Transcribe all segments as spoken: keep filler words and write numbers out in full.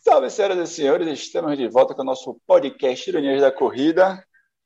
Salve, senhoras e senhores, estamos de volta com o nosso podcast Ironias da Corrida.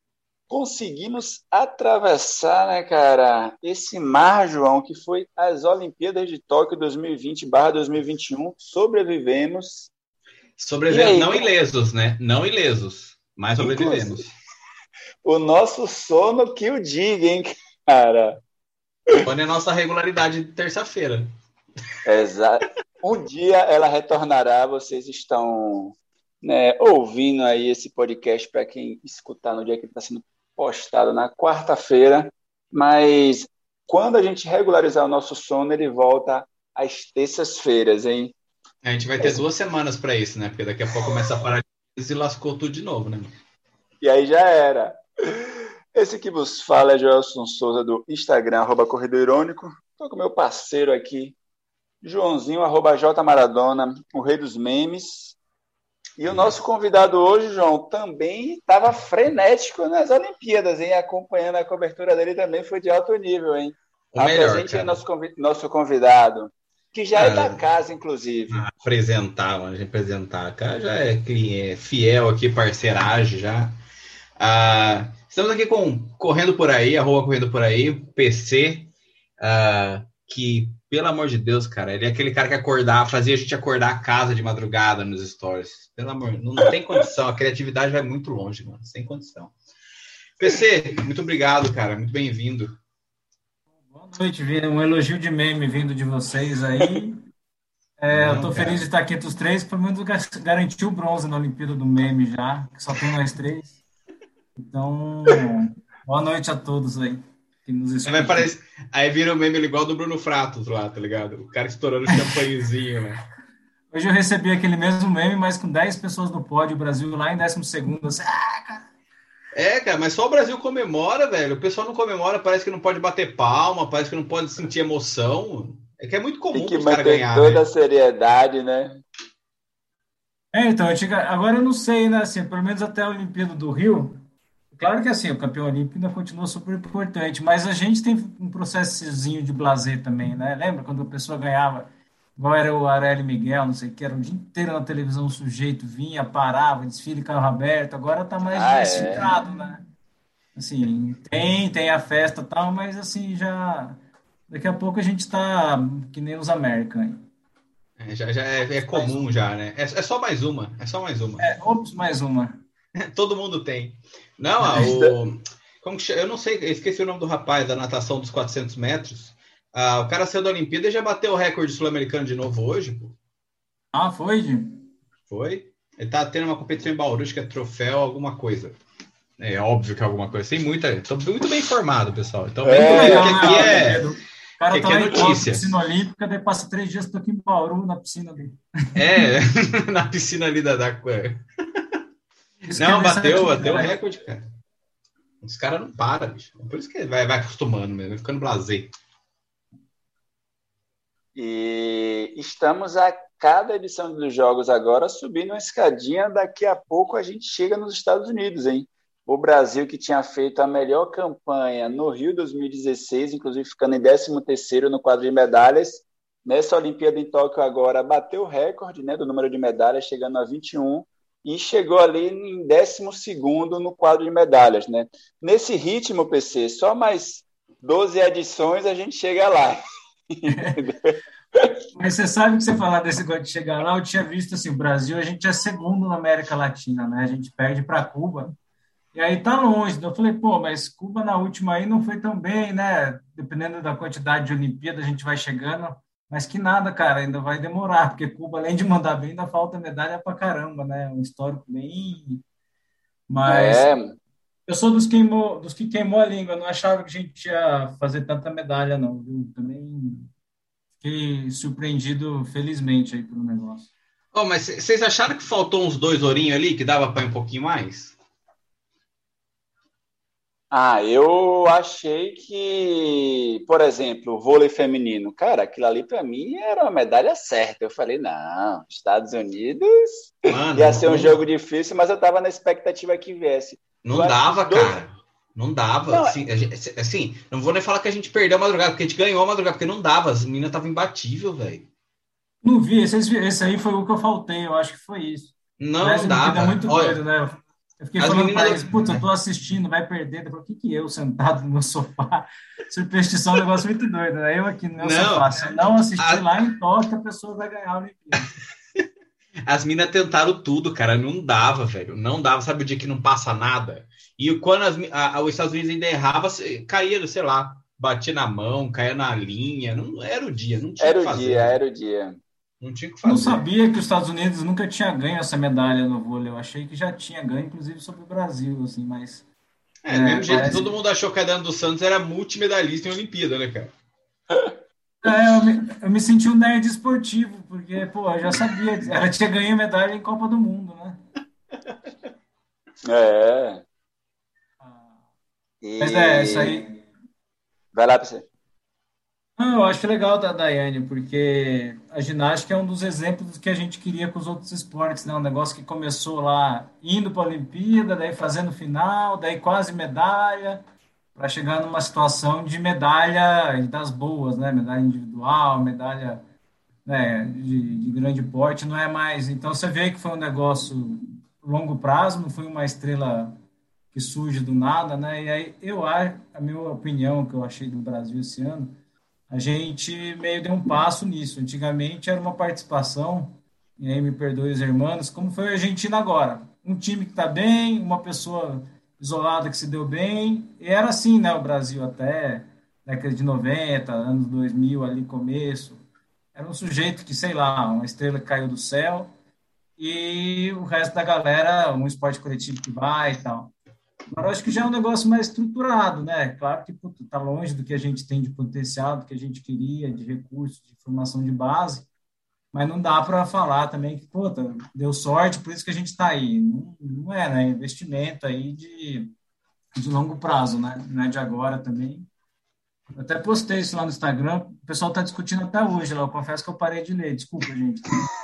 Conseguimos atravessar, né, cara, esse mar, João, que foi as Olimpíadas de Tóquio dois mil e vinte barra dois mil e vinte e um. Sobrevivemos. Sobrevivemos, não ilesos, né? Não ilesos, mas sobrevivemos. Inclusive, o nosso sono que o diga, hein, cara? Quando é a nossa regularidade de terça-feira. Exato. Um dia ela retornará, vocês estão, né, ouvindo aí esse podcast para quem escutar no dia que está sendo postado na quarta-feira, mas quando a gente regularizar o nosso sono, ele volta às terças-feiras, hein? A gente vai ter Esse... duas semanas para isso, né? Porque daqui a pouco começa a parar e lascou tudo de novo, né? E aí já era. Esse que vos fala é Joelson Souza, do Instagram, arroba Corredor Irônico. Estou com meu parceiro aqui, Joãozinho, arroba J Maradona, o rei dos memes. E o nosso convidado hoje, João, também estava frenético nas Olimpíadas, hein? Acompanhando a cobertura dele também foi de alto nível, hein? O melhor, Apresente aí nosso, nosso convidado, que já ah, é da casa, inclusive. Apresentar, vamos apresentar. Cara, já é, é fiel aqui, parceiragem já. Ah, estamos aqui com Correndo Por Aí, arroba Correndo Por Aí, P C, ah, que, pelo amor de Deus, cara, ele é aquele cara que acordava, fazia a gente acordar a casa de madrugada nos stories. Pelo amor, não, não tem condição, a criatividade vai muito longe, mano, sem condição. P C, muito obrigado, cara, muito bem-vindo. Boa noite, um elogio de meme vindo de vocês aí. É, não, eu tô cara. feliz de estar aqui entre os três, pelo menos garantiu o bronze na Olimpíada do Meme já, que só tem nós três. Então, boa noite a todos aí que nos escutam. Parece... Aí vira o meme igual do Bruno Fratos lá, tá ligado? O cara estourando o champanhezinho, né? Hoje eu recebi aquele mesmo meme, mas com dez pessoas no pódio, o Brasil lá em décimo segundo. Assim, ah, cara. É, cara, mas só o Brasil comemora, velho. O pessoal não comemora, parece que não pode bater palma, parece que não pode sentir emoção. É que é muito comum os caras ganharem. Toda a seriedade, né? É, então, eu tinha... agora eu não sei, né? Assim, pelo menos até a Olimpíada do Rio. Claro que assim, o campeão olímpico ainda continua super importante, mas a gente tem um processozinho de blasé também, né? Lembra quando a pessoa ganhava, igual era o Arely Miguel, não sei o que, era o dia inteiro na televisão, o sujeito vinha, parava, desfile, carro aberto, agora tá mais ah, diversificado, é. né? Assim, tem, tem a festa e tal, mas assim, já... Daqui a pouco a gente tá que nem os American. É, já, já é, é comum já, né? É, é só mais uma, é só mais uma. É, ops, mais uma. Todo mundo tem. Não, ah, o... Como que... eu não sei, eu esqueci o nome do rapaz da natação dos quatrocentos metros. Ah, o cara saiu da Olimpíada e já bateu o recorde sul-americano de novo hoje, pô. Ah, foi, Jim? Foi. Ele tá tendo uma competição em Bauru, acho que é troféu, alguma coisa. É óbvio que é alguma coisa. Tem muita... Tô muito bem informado, pessoal. Então, bem é, que aqui é... O cara que tá aqui lá é em notícia. Piscina Olímpica, daí passa três dias, tô aqui em Bauru, na piscina dele. É, na piscina ali da... da... Não, bateu, bateu o recorde, cara. Os caras não param, bicho. Por isso que vai, vai acostumando mesmo, vai ficando blasé. E estamos a cada edição dos jogos agora subindo uma escadinha. Daqui a pouco a gente chega nos Estados Unidos, hein? O Brasil, que tinha feito a melhor campanha no Rio dois mil e dezesseis, inclusive ficando em décimo terceiro no quadro de medalhas, nessa Olimpíada em Tóquio agora bateu o recorde, né, do número de medalhas, chegando a vinte e um. E chegou ali em décimo segundo no quadro de medalhas, né? Nesse ritmo, P C, só mais doze edições a gente chega lá. Mas você sabe que você falar desse negócio de chegar lá, eu tinha visto assim, o Brasil, a gente é segundo na América Latina, né? A gente perde para Cuba. E aí tá longe. Eu falei, pô, mas Cuba na última aí não foi tão bem, né? Dependendo da quantidade de Olimpíada, a gente vai chegando. Mas que nada, cara, ainda vai demorar, porque Cuba, além de mandar bem, ainda falta medalha pra caramba, né? Um histórico bem... Mas é. eu sou dos, queimou, dos que queimou a língua, eu não achava que a gente ia fazer tanta medalha, não, viu? Também fiquei surpreendido, felizmente, aí pelo negócio. Oh, mas vocês acharam que faltou uns dois ourinhos ali, que dava para ir um pouquinho mais? Ah, eu achei que, por exemplo, o vôlei feminino, cara, aquilo ali para mim era uma medalha certa. Eu falei, não, Estados Unidos Mano, ia ser um não... jogo difícil, mas eu tava na expectativa que viesse. Não eu dava, dois... cara. Não dava. Não, assim, a gente, assim, não vou nem falar que a gente perdeu a madrugada, porque a gente ganhou a madrugada, porque não dava. As meninas estavam imbatíveis, velho. Não vi, esse, esse aí foi o que eu faltei, eu acho que foi isso. O Não, não Brasil Olimpíada é dava. muito doido, Olha, né? Eu fiquei as falando meninas para eles, do... putz, eu tô assistindo, vai perder. Eu falei, o que que eu, sentado no meu sofá? Superstição é um negócio muito doido, né? Eu aqui no meu Não, sofá, se eu não assistir a- lá em Tóquio, a pessoa vai ganhar a Olimpíada. as minas tentaram tudo, cara. Não dava, velho. Não dava. Sabe o dia que não passa nada? E quando as mi- a- a- os Estados Unidos ainda errava, se- caía, sei lá, batia na mão, caía na linha. Não era o dia, não tinha o que Era o dia, fazer, velho. era o dia. Não tinha o que Não fazer. sabia que os Estados Unidos nunca tinha ganho essa medalha no vôlei. Eu achei que já tinha ganho, inclusive sobre o Brasil, assim, mas É, do é, mesmo jeito que parece todo que. mundo achou que a Dana dos Santos era multimedalhista em Olimpíada, né, cara? É, eu me, eu me senti um nerd esportivo, porque, pô, eu já sabia, ela tinha ganho medalha em Copa do Mundo, né? É. Mas é, isso E aí. vai lá para você. Não, eu acho legal da Daiane, porque a ginástica é um dos exemplos que a gente queria com os outros esportes, né? Um negócio que começou lá indo para a Olimpíada, daí fazendo final, daí quase medalha, para chegar numa situação de medalha das boas, né? Medalha individual, medalha, né, de, de grande porte, não é mais. Então você vê que foi um negócio longo prazo, não foi uma estrela que surge do nada, né? E aí eu acho, a minha opinião que eu achei do Brasil esse ano, a gente meio deu um passo nisso. Antigamente era uma participação, e aí me perdoe os irmãos, como foi a Argentina agora. Um time que está bem, uma pessoa isolada que se deu bem, e era assim, né, o Brasil até década de noventa, anos dois mil ali começo. Era um sujeito que, sei lá, uma estrela que caiu do céu, e o resto da galera, um esporte coletivo que vai e tal. Agora, eu acho que já é um negócio mais estruturado, né? Claro que está longe do que a gente tem de potencial, do que a gente queria, de recursos, de formação de base, mas não dá para falar também que, pô, tá, deu sorte, por isso que a gente está aí. Não, não é, né? Investimento aí de, de longo prazo, né? Não é de agora também. Eu até postei isso lá no Instagram, o pessoal está discutindo até hoje lá. Eu confesso que eu parei de ler, desculpa, gente.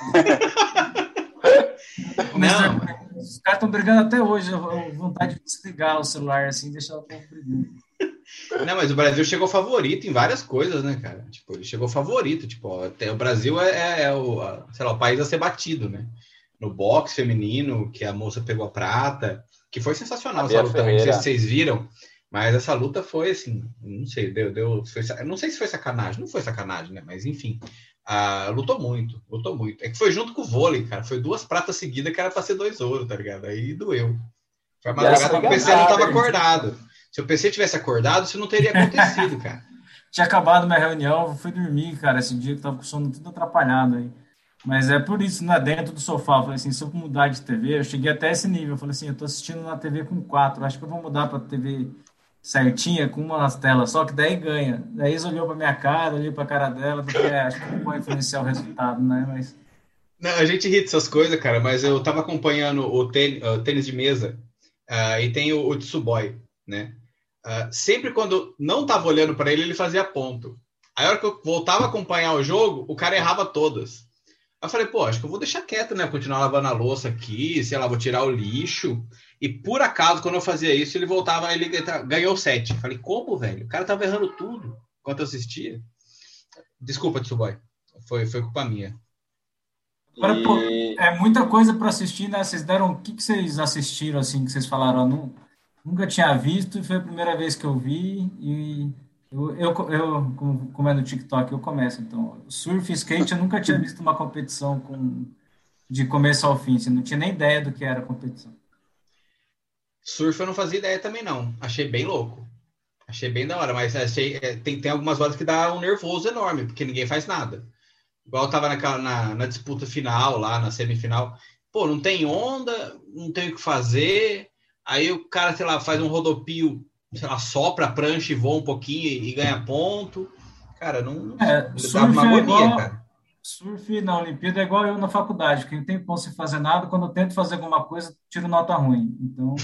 Não, Os caras estão brigando até hoje. Eu, eu vontade de desligar o celular assim e deixar o povo brigando. não, mas o Brasil chegou favorito em várias coisas, né, cara? Tipo, ele chegou favorito. Tipo, até o Brasil é, é, é o, a- sei lá, o país a ser batido, né? No boxe feminino, que a moça pegou a prata, que foi A sensacional essa Bia luta também. Não sei se Ferreira. vocês viram, mas essa luta foi assim, não sei, deu, deu, foi, sa- não sei se foi sacanagem, não foi sacanagem, né? Mas enfim, ah, lutou muito, lutou muito. É que foi junto com o vôlei, cara. Foi duas pratas seguidas que era pra ser dois ouros, tá ligado? Aí doeu. Foi a E ela Essa madrugada foi que o P C não gansada, tava hein? acordado. Se o P C tivesse acordado, isso não teria acontecido, cara. Tinha acabado minha reunião, eu fui dormir, cara, esse dia que tava com o sono tudo atrapalhado aí. Mas é por isso, né, dentro do sofá, eu falei assim, se eu mudar de T V, eu cheguei até esse nível, eu falei assim, eu tô assistindo na T V com quatro, acho que eu vou mudar pra T V certinha, com uma nas telas, só que daí ganha. Daí eles olhou pra minha cara, olhou pra cara dela, eu falei, é, acho que não pode influenciar o resultado, né, mas... Não, a gente ri dessas coisas, cara, mas eu tava acompanhando o tênis, o tênis de mesa, ah, e tem o, o Tsuboi, né? Ah, sempre quando não tava olhando pra ele, ele fazia ponto. Aí a hora que eu voltava a acompanhar o jogo, o cara errava todas. Aí eu falei, pô, acho que eu vou deixar quieto, né? Continuar lavando a louça aqui, sei lá, vou tirar o lixo. E por acaso, quando eu fazia isso, ele voltava, ele ganhou sete. Falei, como, velho? O cara tava errando tudo enquanto eu assistia. Desculpa, Tsuboi. Foi, foi culpa minha. Agora, pô, E, é muita coisa para assistir, né? Vocês deram, o que que vocês assistiram, assim, que vocês falaram? "Eu nu- nunca tinha visto e foi a primeira vez que eu vi e eu, eu, eu como, como é no TikTok, eu começo, então, surf e skate, eu nunca tinha visto uma competição com, de começo ao fim, assim, não tinha nem ideia do que era a competição. Surf eu não fazia ideia também, não. Achei bem louco. Achei bem da hora, mas achei, é, tem, tem algumas horas que dá um nervoso enorme, porque ninguém faz nada. Igual eu tava naquela, na, na disputa final, lá na semifinal. Pô, não tem onda, não tem o que fazer. Aí o cara, sei lá, faz um rodopio, sei lá, sopra a prancha e voa um pouquinho e, e ganha ponto. Cara, não, não É, dava uma surf é agonia, igual, cara. surf na Olimpíada é igual eu na faculdade, que não tem como sem fazer nada, quando eu tento fazer alguma coisa, tiro nota ruim. Então,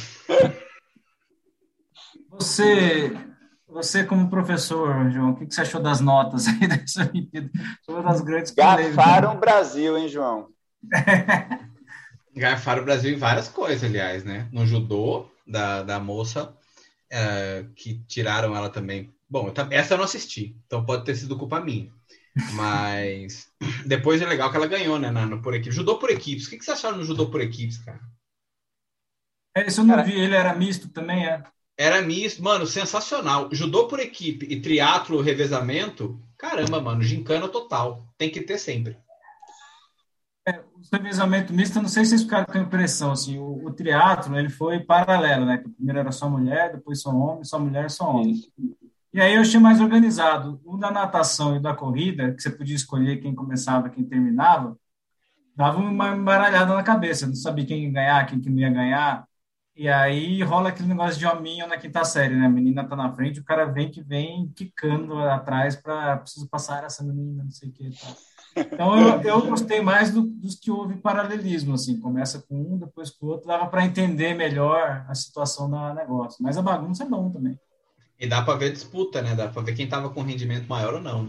você, você como professor, João, o que que você achou das notas aí dessa Olimpíada? Foi uma das grandes polêmicas. gafaram o Brasil, hein, João? Garfaram o Brasil em várias coisas, aliás, né? No judô da, da moça, é, que tiraram ela também. Bom, eu tam- essa eu não assisti, então pode ter sido culpa minha. Mas depois é legal que ela ganhou, né? No, no por equipes. Judô por equipes. O que, que você acharam no judô por equipes, cara? Esse eu não Cara, vi, ele era misto também, é? Era misto, mano, sensacional. Judô por equipe e triatlo revezamento, caramba, mano, gincana total. Tem que ter sempre. O revezamento misto, eu não sei se vocês ficaram com a impressão, assim, o, o triatlo, ele foi paralelo, né? Que primeiro era só mulher, depois só homem, só mulher, só homem. isso. E aí eu achei mais organizado. O da natação e o da corrida, que você podia escolher quem começava, quem terminava, dava uma embaralhada na cabeça, não sabia quem ia ganhar, quem que não ia ganhar. E aí rola aquele negócio de hominho na quinta série, né? A menina tá na frente, o cara vem que vem quicando atrás para preciso passar essa menina, não sei o que e tal. Então eu, eu gostei mais do, dos que houve paralelismo, assim, começa com um, depois com o outro, dava para entender melhor a situação do negócio. Mas a bagunça é bom também. E dá pra ver disputa, né? Dá pra ver quem tava com rendimento maior ou não.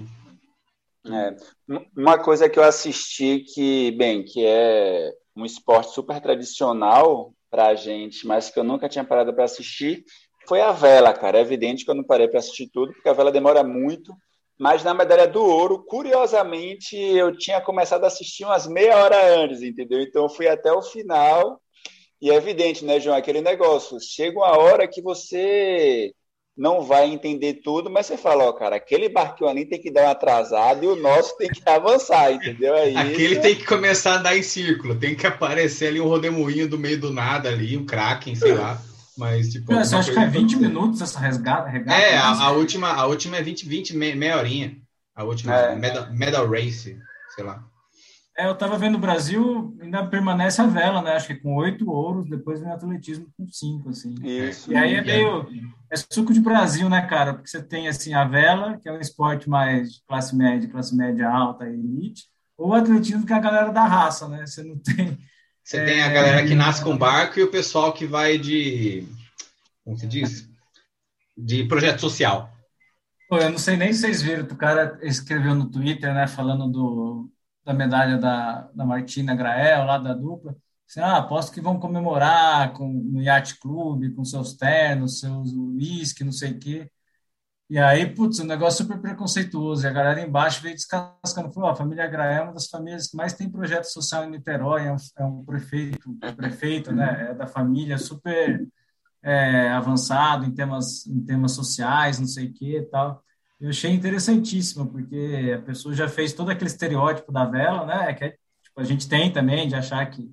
É. Uma coisa que eu assisti que, bem, que é um esporte super tradicional pra gente, mas que eu nunca tinha parado para assistir, foi a vela, cara. É evidente que eu não parei para assistir tudo, porque a vela demora muito, mas na medalha do ouro, curiosamente, eu tinha começado a assistir umas meia hora antes, entendeu? Então eu fui até o final, e é evidente, né, João, aquele negócio, chega uma hora que você não vai entender tudo, mas você fala, ó, cara, aquele barquinho ali tem que dar uma atrasada e o nosso tem que avançar, entendeu? É Aquele isso. tem que começar a andar em círculo, tem que aparecer ali um rodemoinho do meio do nada ali, um kraken, sei lá. Mas, tipo, Eu alguma acho que coisa é vinte acontecer. minutos essa resgata, regata, É, né? a, a última, a última é vinte, vinte, me- meia horinha. A última É. medal, medal race, sei lá. É, eu estava vendo o Brasil, ainda permanece a vela, né? Acho que com oito ouros, depois vem o atletismo com cinco, assim. É. E Isso. aí é E é- meio. É suco de Brasil, né, cara? Porque você tem, assim, a vela, que é um esporte mais de classe média, classe média alta e elite, ou o atletismo, que é a galera da raça, né? Você não tem. Você tem a É, galera que nasce com barco e o pessoal que vai de. Como se diz? De projeto social. pô, eu não sei nem se vocês viram, o cara escreveu no Twitter, né, falando do, da medalha da, da Martina Grael, lá da dupla. Assim, ah, aposto que vão comemorar com, no Yacht Club, com seus ternos, seus uísque, não sei o quê. E aí, putz, um negócio super preconceituoso. E a galera embaixo veio descascando. Falou, ó, a família Grael é uma das famílias que mais tem projeto social em Niterói, é um, é um prefeito, o prefeito, né, é da família, super é, avançado em temas, em temas sociais, não sei o que e tal. Eu achei interessantíssimo, porque a pessoa já fez todo aquele estereótipo da vela, né? Que é, tipo, a gente tem também de achar que.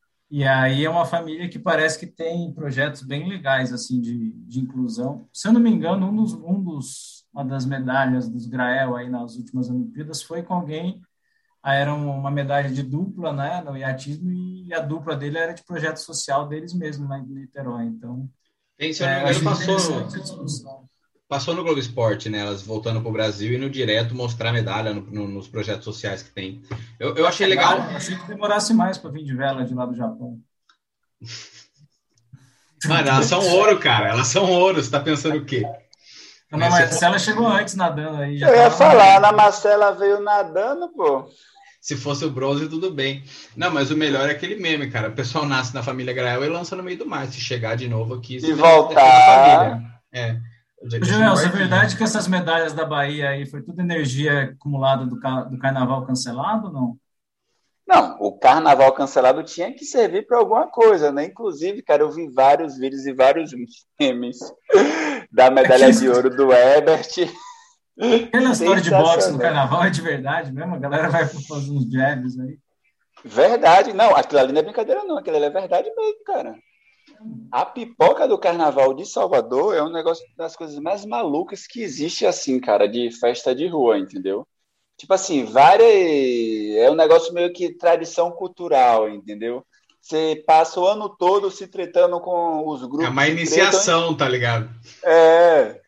E aí é uma família que parece que tem projetos bem legais, assim, de, de inclusão. Se eu não me engano, um dos, um dos, uma das medalhas dos Grael aí nas últimas Olimpíadas foi com alguém. Aí era uma medalha de dupla, né, no iatismo, e a dupla dele era de projeto social deles mesmos, lá em Niterói. Então, Tem, se eu não me é, eu engano, achei passou, interessante a discussão. passou no Globo Esporte, né? Elas voltando pro Brasil e no direto mostrar medalha no- no- nos projetos sociais que tem. Eu, eu achei legal. Ah, eu achei que demorasse mais para vir de vela de lá do Japão. Mano, elas são ouro, cara. Elas são ouro. Você tá pensando o quê? A Né? Ana Se, for- Marcela chegou antes nadando aí, já Eu ia tava falar, a nadando. Ana Marcela veio nadando, pô. se fosse o bronze, tudo bem. Não, mas o melhor é aquele meme, cara. O pessoal nasce na família Grael e lança no meio do mar. Se chegar de novo aqui, E você voltar. família. É. Eu já deixo no Joel, é barquinho. verdade que essas medalhas da Bahia aí foi tudo energia acumulada do, ca- do carnaval cancelado ou não? Não, o carnaval cancelado tinha que servir para alguma coisa, né? Inclusive, cara, eu vi vários vídeos e vários memes da medalha de ouro do Ebert. Aquela história de boxe no Sensacional. carnaval é de verdade mesmo? A galera vai fazer uns jabs aí. Verdade. Não, aquilo ali não é brincadeira, não. Aquilo ali é verdade mesmo, cara. A pipoca do carnaval de Salvador é um negócio das coisas mais malucas que existe, assim, cara, de festa de rua, entendeu? Tipo assim, várias. É um negócio meio que tradição cultural, entendeu? Você passa o ano todo se tretando com os É grupos uma que tretam. iniciação, tá ligado? É.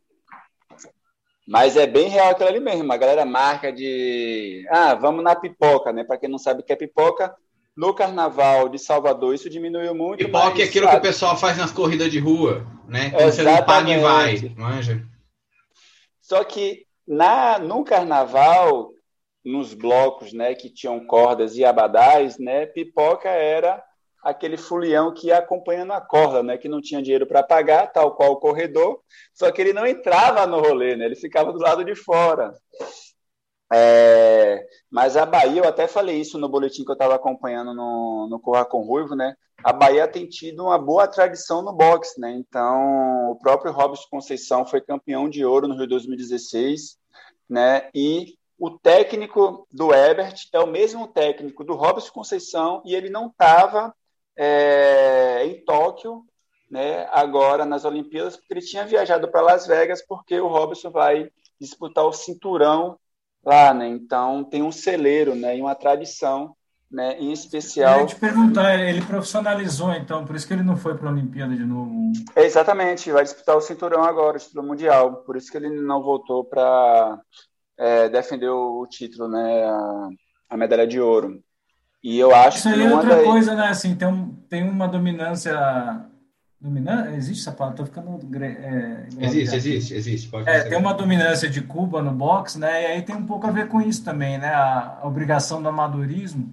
Mas é bem real aquilo ali mesmo. A galera marca de. Ah, vamos na pipoca, né? Para quem não sabe o que é pipoca, no carnaval de Salvador isso diminuiu muito, Pipoca é mas. aquilo que o pessoal faz nas corridas de rua, né? Quando você não paga e vai, Exatamente. manja? Só que na, no carnaval, nos blocos, né, que tinham cordas e abadás, né, pipoca era aquele fulião que ia acompanhando a corda, né, que não tinha dinheiro para pagar, tal qual o corredor, só que ele não entrava no rolê, né, ele ficava do lado de fora. É, mas a Bahia, eu até falei isso no boletim que eu estava acompanhando no, no Corra com Ruivo, né? A Bahia tem tido uma boa tradição no boxe, né? Então, o próprio Robson Conceição foi campeão de ouro no Rio dois mil e dezesseis, né? E o técnico do Ebert é o mesmo técnico do Robson Conceição e ele não estava é, em Tóquio, né? Agora nas Olimpíadas, porque ele tinha viajado para Las Vegas, porque o Robson vai disputar o cinturão lá, né? Então tem um celeiro, né? E uma tradição, né? Em Eu ia especial. te perguntar, ele profissionalizou, então, por isso que ele não foi para a Olimpíada de novo. É, exatamente, vai disputar o cinturão agora, o título mundial. Por isso que ele não voltou para é, defender o título, né? A, a medalha de ouro. E eu acho Isso que aí é uma outra das. coisa, né? Assim, tem, um, tem uma dominância. Dominância? Existe essa palavra? Estou ficando é, grande Existe, já aqui. existe, existe. Pode É, tem prosseguir. uma dominância de Cuba no boxe, né? E aí tem um pouco a ver com isso também, né? A, a obrigação do amadorismo,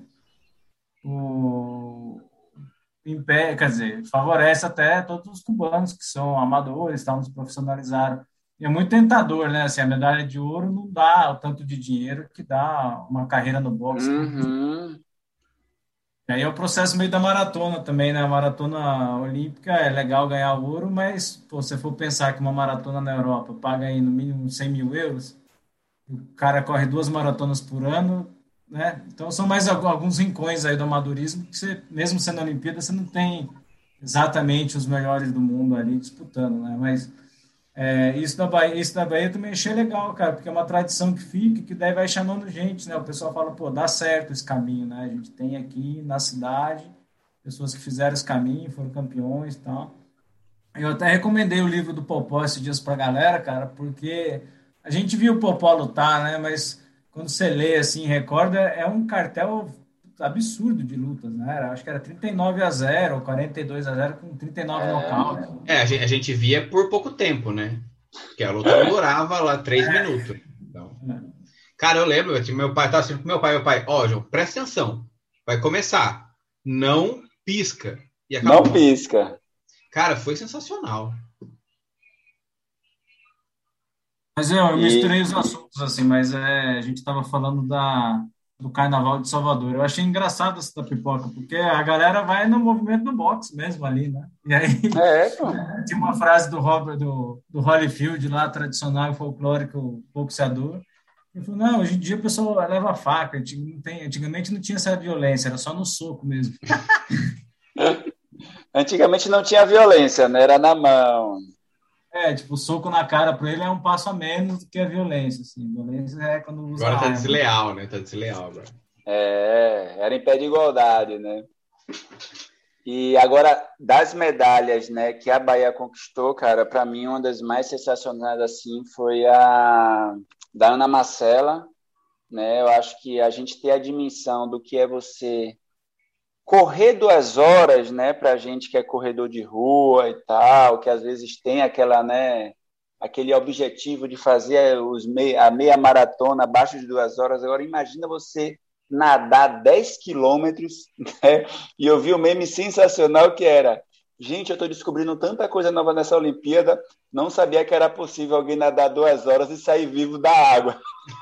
o impé, quer dizer, favorece até todos os cubanos que são amadores, tal, nos profissionalizaram. E é muito tentador, né? Assim, a medalha de ouro não dá o tanto de dinheiro que dá uma carreira no boxe. Uhum. E aí é o processo meio da maratona também, né? A maratona olímpica é legal ganhar ouro, mas pô, se você for pensar que uma maratona na Europa paga aí no mínimo cem mil euros, o cara corre duas maratonas por ano, né? Então são mais algu- alguns rincões aí do amadorismo que você, mesmo sendo Olimpíada, você não tem exatamente os melhores do mundo ali disputando, né? Mas é, isso da Bahia, isso da Bahia eu também achei legal, cara, porque é uma tradição que fica, que daí vai chamando gente, né? O pessoal fala, pô, dá certo esse caminho, né? A gente tem aqui na cidade pessoas que fizeram esse caminho, foram campeões e tal. Eu até recomendei o livro do Popó esses dias pra galera, cara, porque a gente viu o Popó lutar, né? Mas quando você lê, assim, recorda, é um cartel absurdo de lutas, né? Era- Acho que era trinta e nove a zero, quarenta e dois a zero com trinta e nove É. nocautes. É, a gente, a gente via por pouco tempo, né? Porque a luta não durava lá três minutos. Então, cara, eu lembro que meu pai tava assim com meu pai, meu pai, ó, João, presta atenção. Vai começar. Não pisca. E Não acabou. pisca. Cara, foi sensacional. Mas eu, eu E misturei os assuntos, assim, mas é, a gente estava falando da, do Carnaval de Salvador. Eu achei engraçado essa da pipoca, porque a galera vai no movimento do boxe mesmo ali, né? E aí é, pô. tinha uma frase do Robert, do, do Holyfield lá, tradicional e folclórico boxeador. Ele falou, não, hoje em dia o pessoal leva faca, antig- não tem, antigamente não tinha essa violência, era só no soco mesmo. Antigamente não tinha violência, né? Era na mão. É, tipo, o soco na cara para ele é um passo a menos do que a violência, assim. Violência é quando usa Agora tá arma. desleal, né? Tá desleal agora. É, era em pé de igualdade, né? E agora, das medalhas, né, que a Bahia conquistou, cara, para mim uma das mais sensacionais assim foi a da Ana Marcela, né? Eu acho que a gente tem a dimensão do que é você correr duas horas, né, para gente que é corredor de rua e tal, que às vezes tem aquela, né, aquele objetivo de fazer os mei, a meia maratona abaixo de duas horas. Agora, imagina você nadar dez quilômetros, né? E eu vi um meme sensacional que era: gente, eu estou descobrindo tanta coisa nova nessa Olimpíada, não sabia que era possível alguém nadar duas horas e sair vivo da água.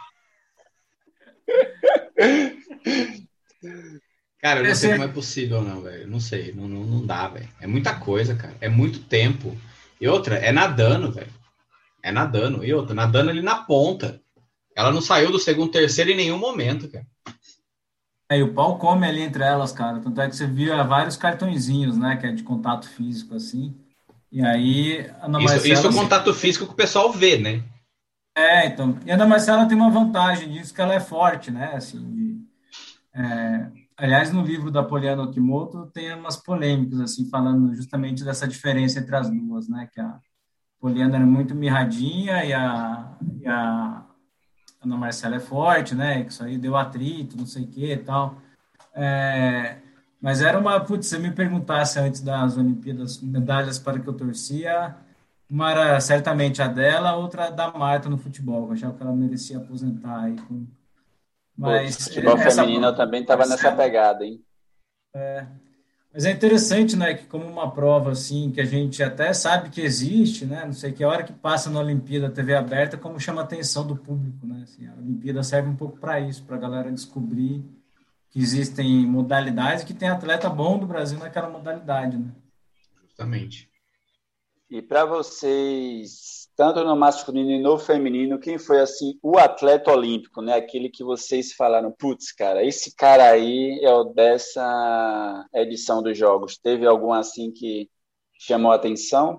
Cara, eu não sei Esse, como é possível, não, velho. Não sei. Não, não, não dá, velho. É muita coisa, cara. É muito tempo. E outra, é nadando, velho. É nadando. E outra, nadando ali na ponta. Ela não saiu do segundo, terceiro em nenhum momento, cara. é, e o pau come ali entre elas, cara. Tanto é que você via vários cartõezinhos, né? Que é de contato físico, assim. E aí, a Ana Isso, isso Marcela. é o contato físico que o pessoal vê, né? É, então. E a Ana Marcela tem uma vantagem disso, que ela é forte, né? Assim, de- aliás, no livro da Poliana Okimoto tem umas polêmicas, assim, falando justamente dessa diferença entre as duas, né? Que a Poliana era muito mirradinha e a, e a Ana Marcela é forte, né? Que isso aí deu atrito, não sei o que e tal. É, mas era uma, putz, se você me perguntasse antes das Olimpíadas, medalhas para que eu torcia, uma era certamente a dela, outra a da Marta no futebol. Eu achava que ela merecia aposentar aí. com- Putz, Mas futebol é, essa feminino eu também estava nessa pegada, hein? Mas é interessante, né, que como uma prova assim, que a gente até sabe que existe, né, não sei que hora que passa na Olimpíada T V aberta, como chama a atenção do público, né, assim, a Olimpíada serve um pouco para isso, para a galera descobrir que existem modalidades e que tem atleta bom do Brasil naquela modalidade, né. Justamente. E para vocês, tanto no masculino e no feminino, quem foi assim o atleta olímpico, né? Aquele que vocês falaram, putz, cara, esse cara aí é o dessa edição dos Jogos. Teve algum assim que chamou a atenção?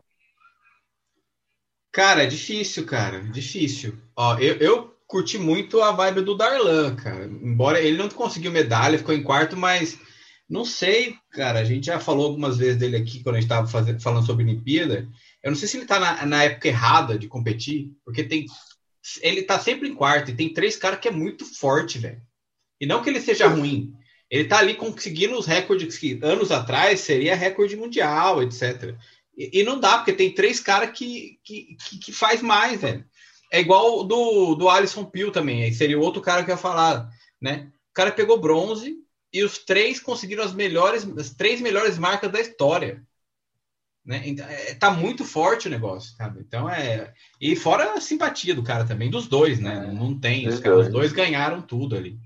Cara, é difícil, cara, difícil. Ó, eu, eu curti muito a vibe do Darlan, cara. Embora ele não conseguiu medalha, ficou em quarto, mas não sei, cara. A gente já falou algumas vezes dele aqui quando a gente estava falando sobre Olimpíada. Eu não sei se ele tá na, na época errada de competir, porque tem ele tá sempre em quarto e tem três caras que é muito forte, velho. E não que ele seja ruim. Ele tá ali conseguindo os recordes que anos atrás seria recorde mundial, etcétera. E, e não dá, porque tem três caras que, que, que, que faz mais, velho. É igual o do, do Alisson Pio também. Aí seria o outro cara que eu ia falar, né? O cara pegou bronze e os três conseguiram as melhores, as três melhores marcas da história. Né? Então, é, tá muito forte o negócio, sabe? Então é. E fora a simpatia do cara também, dos dois, né? É, Não tem. Os, os caras, os dois. dois ganharam tudo ali.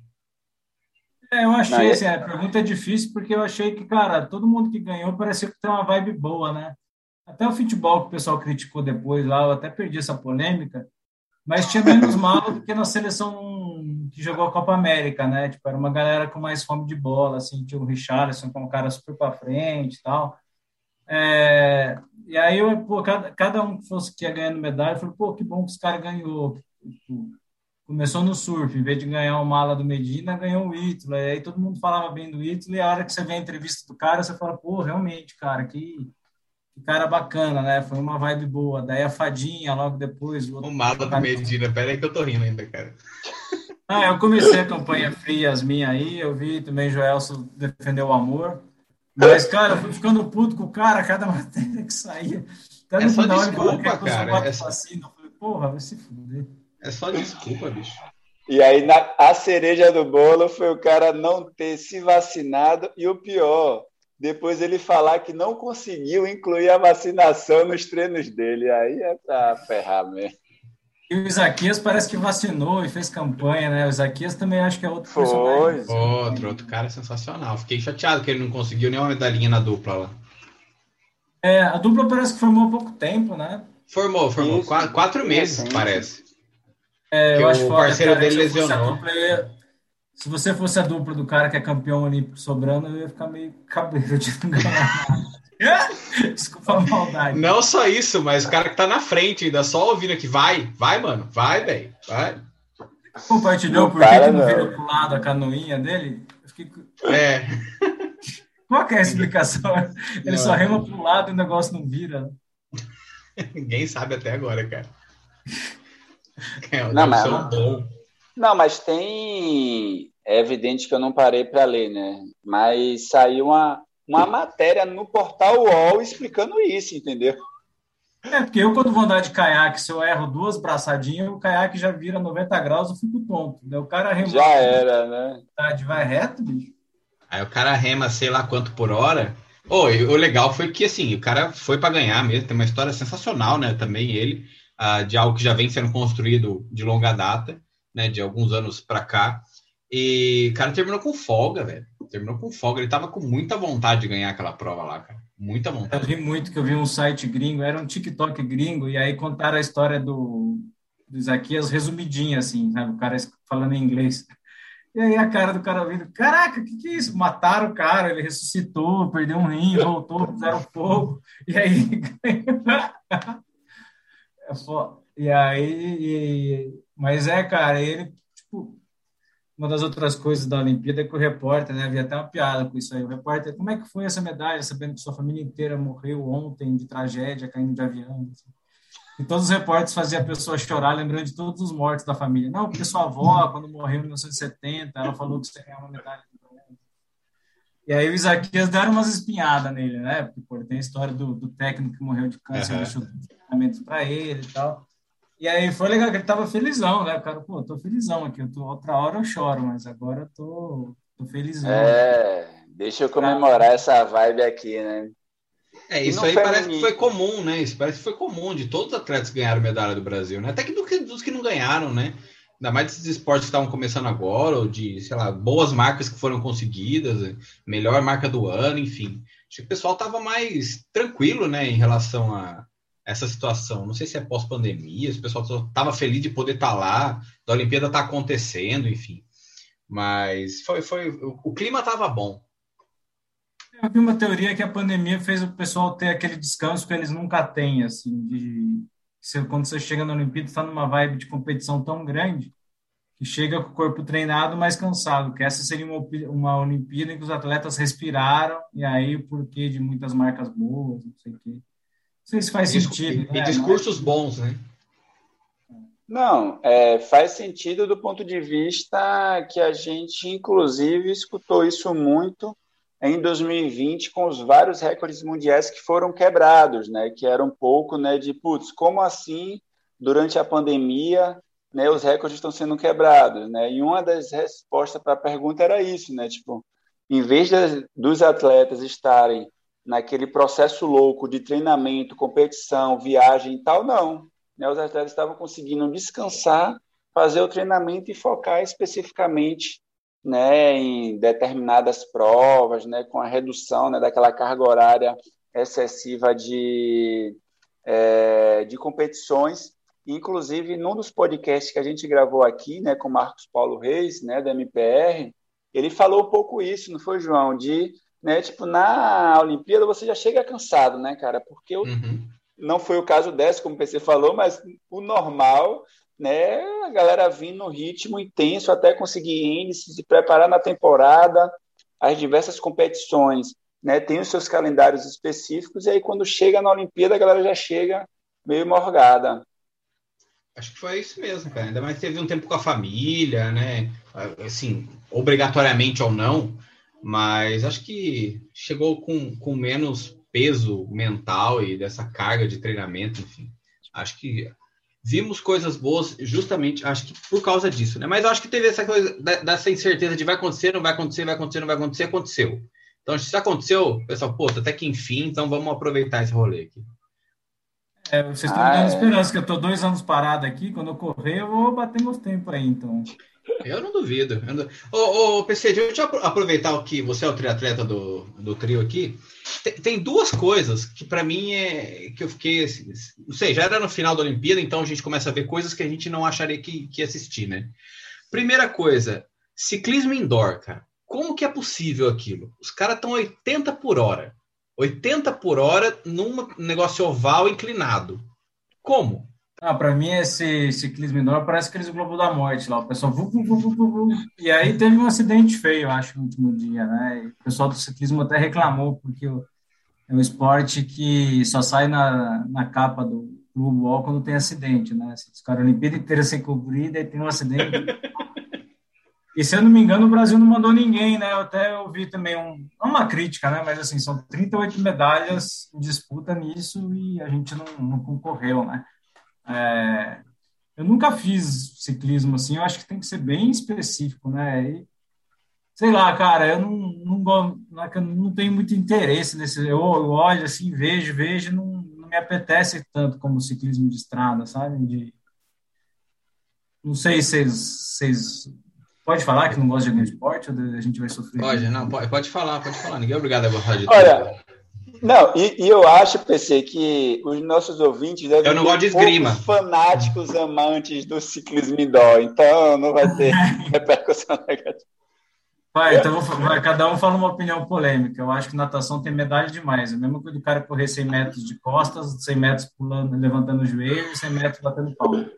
É, eu Não, achei, assim, é- a pergunta é difícil porque eu achei que, cara, todo mundo que ganhou parecia que tem uma vibe boa, né? Até o futebol que o pessoal criticou depois lá, eu até perdi essa polêmica, mas tinha menos malo do que na seleção que jogou a Copa América, né? Tipo, era uma galera com mais fome de bola, assim, tinha o Richarlison com um cara super pra frente e tal. É, e aí, eu, pô, cada, cada um que fosse que ia ganhando medalha, eu falei, pô, que bom que os caras ganhou. Tipo, começou no surf, em vez de ganhar o mala do Medina, ganhou o Ítalo. E aí todo mundo falava bem do Ítalo, e a hora que você vê a entrevista do cara, você fala, pô, realmente, cara, que, que cara bacana, né? Foi uma vibe boa. Daí a Fadinha, logo depois, o O outro mala do camisa. Medina, pera aí que eu tô rindo ainda, cara. Ah, eu comecei a campanha Free Yasmin aí, eu vi também Joelson defender o amor. Mas, cara, eu fui ficando puto com o cara, cada matéria que saía. Até É no só final ele falou, desculpa, quer que eu sou cara. É, boto vacina? Eu falei, porra, vai se fuder. é só desculpa, bicho. E aí na, a cereja do bolo foi o cara não ter se vacinado e o pior, depois ele falar que não conseguiu incluir a vacinação nos treinos dele. Aí é pra ferrar mesmo. E o Isaquias parece que vacinou e fez campanha, né? O Isaquias também acho que é outro personagem. Foi. Outro, outro cara sensacional. Fiquei chateado que ele não conseguiu nenhuma medalhinha na dupla lá. É, a dupla parece que formou há pouco tempo, né? Formou, formou. Isso, Qu- quatro meses, recente. parece. É, Que eu acho o foda, parceiro cara, que dele se eu fosse a lesionou. dupla, eu ia- se você fosse a dupla do cara que é campeão olímpico sobrando, eu ia ficar meio cabreiro de não ganhar nada. Desculpa a maldade. Não só isso, mas o cara que tá na frente ainda, só ouvindo aqui, vai, vai, mano, vai, velho, vai. Compartilhou Não por que, para, que não vira não. pro lado a canoinha dele? Eu fiquei... É, Qual que é a explicação? Ele só não, rema pro lado e o negócio não vira. ninguém sabe até agora, cara. É, Não, deve ser um mas, dom. não, mas tem. É evidente que eu não parei para ler, né? Mas saiu uma, uma matéria no portal U O L explicando isso, entendeu? É, porque eu, quando vou andar de caiaque, se eu erro duas braçadinhas, o caiaque já vira noventa graus, eu fico tonto. Né? O cara Já remando era, né? vai reto, bicho. Aí o cara rema sei lá quanto por hora. Oh, e o legal foi que, assim, o cara foi pra ganhar mesmo. Tem uma história sensacional, né? Também ele, ah, de algo que já vem sendo construído de longa data, né? De alguns anos pra cá. E o cara terminou com folga, velho. Terminou com folga. Ele tava com muita vontade de ganhar aquela prova lá, cara. Muita Eu vontade. ri muito que eu vi um site gringo, era um TikTok gringo, e aí contaram a história do, do Isaquias resumidinha, assim, sabe? O cara falando em inglês. E aí a cara do cara vindo, caraca, o que, que é isso? Mataram o cara, ele ressuscitou, perdeu um rim, voltou, fizeram fogo, e aí... é fo- e aí... e- Mas é, cara, ele, tipo, uma das outras coisas da Olimpíada é que o repórter, né, havia até uma piada com isso aí, o repórter, como é que foi essa medalha, sabendo que sua família inteira morreu ontem de tragédia, caindo de avião, assim. E todos os repórteres faziam a pessoa chorar, lembrando de todos os mortos da família. Não, porque sua avó, quando morreu em mil novecentos e setenta, ela falou que você ganhou uma medalha de bronze. E aí o Isaquias deram umas espinhadas nele, né? Porque pô, tem a história do, do técnico que morreu de câncer, Aham. deixou treinamentos para ele e tal. E aí foi legal que ele tava felizão, né? O cara, pô, tô felizão aqui, eu tô, outra hora eu choro, mas agora eu tô, tô felizão. É, Deixa eu comemorar essa vibe aqui, né? É, isso aí feminino... parece que foi comum, né? Isso parece que foi comum de todos os atletas que ganharam medalha do Brasil, né? Até que dos que não ganharam, né? Ainda mais desses esportes que estavam começando agora, ou de, sei lá, boas marcas que foram conseguidas, melhor marca do ano, enfim. Acho que o pessoal estava mais tranquilo, né, em relação a essa situação. Não sei se é pós-pandemia, se o pessoal estava feliz de poder estar lá, da Olimpíada estar acontecendo, enfim. Mas foi, foi, o, o clima estava bom. Eu vi uma teoria que a pandemia fez o pessoal ter aquele descanso que eles nunca têm, assim, de você, quando você chega na Olimpíada, está numa vibe de competição tão grande que chega com o corpo treinado, mas cansado, que essa seria uma, uma Olimpíada em que os atletas respiraram, e aí o porquê de muitas marcas boas, não sei o quê. Não sei se faz Discu- sentido. E, né? e discursos mas... bons, né? Não, é, faz sentido do ponto de vista que a gente, inclusive, escutou isso muito em dois mil e vinte, com os vários recordes mundiais que foram quebrados, né? Que era um pouco, né, de, putz, como assim, durante a pandemia, né, os recordes estão sendo quebrados, né? E uma das respostas para a pergunta era isso, né? Tipo, em vez de, dos atletas estarem naquele processo louco de treinamento, competição, viagem e tal, não. Né? Os atletas estavam conseguindo descansar, fazer o treinamento e focar especificamente, né, em determinadas provas, né, com a redução, né, daquela carga horária excessiva de, é, de competições. Inclusive, num dos podcasts que a gente gravou aqui, né, com o Marcos Paulo Reis, né, do M P R, ele falou um pouco isso, não foi, João? De, né, tipo, na Olimpíada você já chega cansado, né, cara? Porque eu, uhum. não foi o caso dessa, como o P C falou, mas o normal, né, a galera vindo no ritmo intenso até conseguir índice, se preparar na temporada, as diversas competições, né, tem os seus calendários específicos, e aí quando chega na Olimpíada a galera já chega meio morgada. Acho que foi isso mesmo, cara. Ainda mais teve um tempo com a família, né? Assim, obrigatoriamente ou não, mas acho que chegou com, com menos peso mental e dessa carga de treinamento, enfim. Acho que vimos coisas boas justamente, acho que por causa disso, né? Mas eu acho que teve essa coisa dessa incerteza de vai acontecer, não vai acontecer, vai acontecer, não vai acontecer, aconteceu. Então, se aconteceu, pessoal, pô, até que enfim, então vamos aproveitar esse rolê aqui. É, vocês estão me dando ah, esperança, é. que eu estou dois anos parado aqui, quando eu correr, eu vou bater meus tempos aí, então. Eu não duvido. Eu não... Ô, ô, P C, deixa eu aproveitar o que você é o triatleta do, do trio aqui. Tem, tem duas coisas que para mim é que eu fiquei, assim, não sei, já era no final da Olimpíada, então a gente começa a ver coisas que a gente não acharia que, que ia assistir, né? Primeira coisa, ciclismo indoor, cara. Como que é possível aquilo? Os caras estão oitenta por hora. oitenta por hora num negócio oval inclinado. Como? Ah, para mim, esse ciclismo indoor parece aqueles Globo da Morte lá. O pessoal... Vu, vu, vu, vu, vu. E aí teve um acidente feio, eu acho, no último dia, né? E o pessoal do ciclismo até reclamou, porque é um esporte que só sai na, na capa do Globo Wall quando tem acidente, né? Os caras a Olimpíada inteira sem cobrir, daí tem um acidente... E, se eu não me engano, o Brasil não mandou ninguém, né? Eu até ouvi também um, uma crítica, né? Mas, assim, são trinta e oito medalhas em disputa nisso e a gente não, não concorreu, né? É, eu nunca fiz ciclismo, assim, eu acho que tem que ser bem específico, né? E, sei lá, cara, eu não, não, não, não tenho muito interesse nesse... Eu, eu olho, assim, vejo, vejo, não, não me apetece tanto como ciclismo de estrada, sabe? De, não sei se vocês... Pode falar que não gosta de algum esporte ou a gente vai sofrer? Pode, não, pode, pode falar, pode falar. Ninguém é obrigado a gostar de tudo. Olha, não, e, e eu acho, P C, que os nossos ouvintes devem eu não gosto de esgrima. fanáticos amantes do ciclismo indoor, então não vai ter repercussão negativa. Vai, então vai, cada um fala uma opinião polêmica. Eu acho que natação tem medalha demais. É a mesma coisa do cara correr cem metros de costas, cem metros pulando, levantando o joelho, cem metros batendo palma.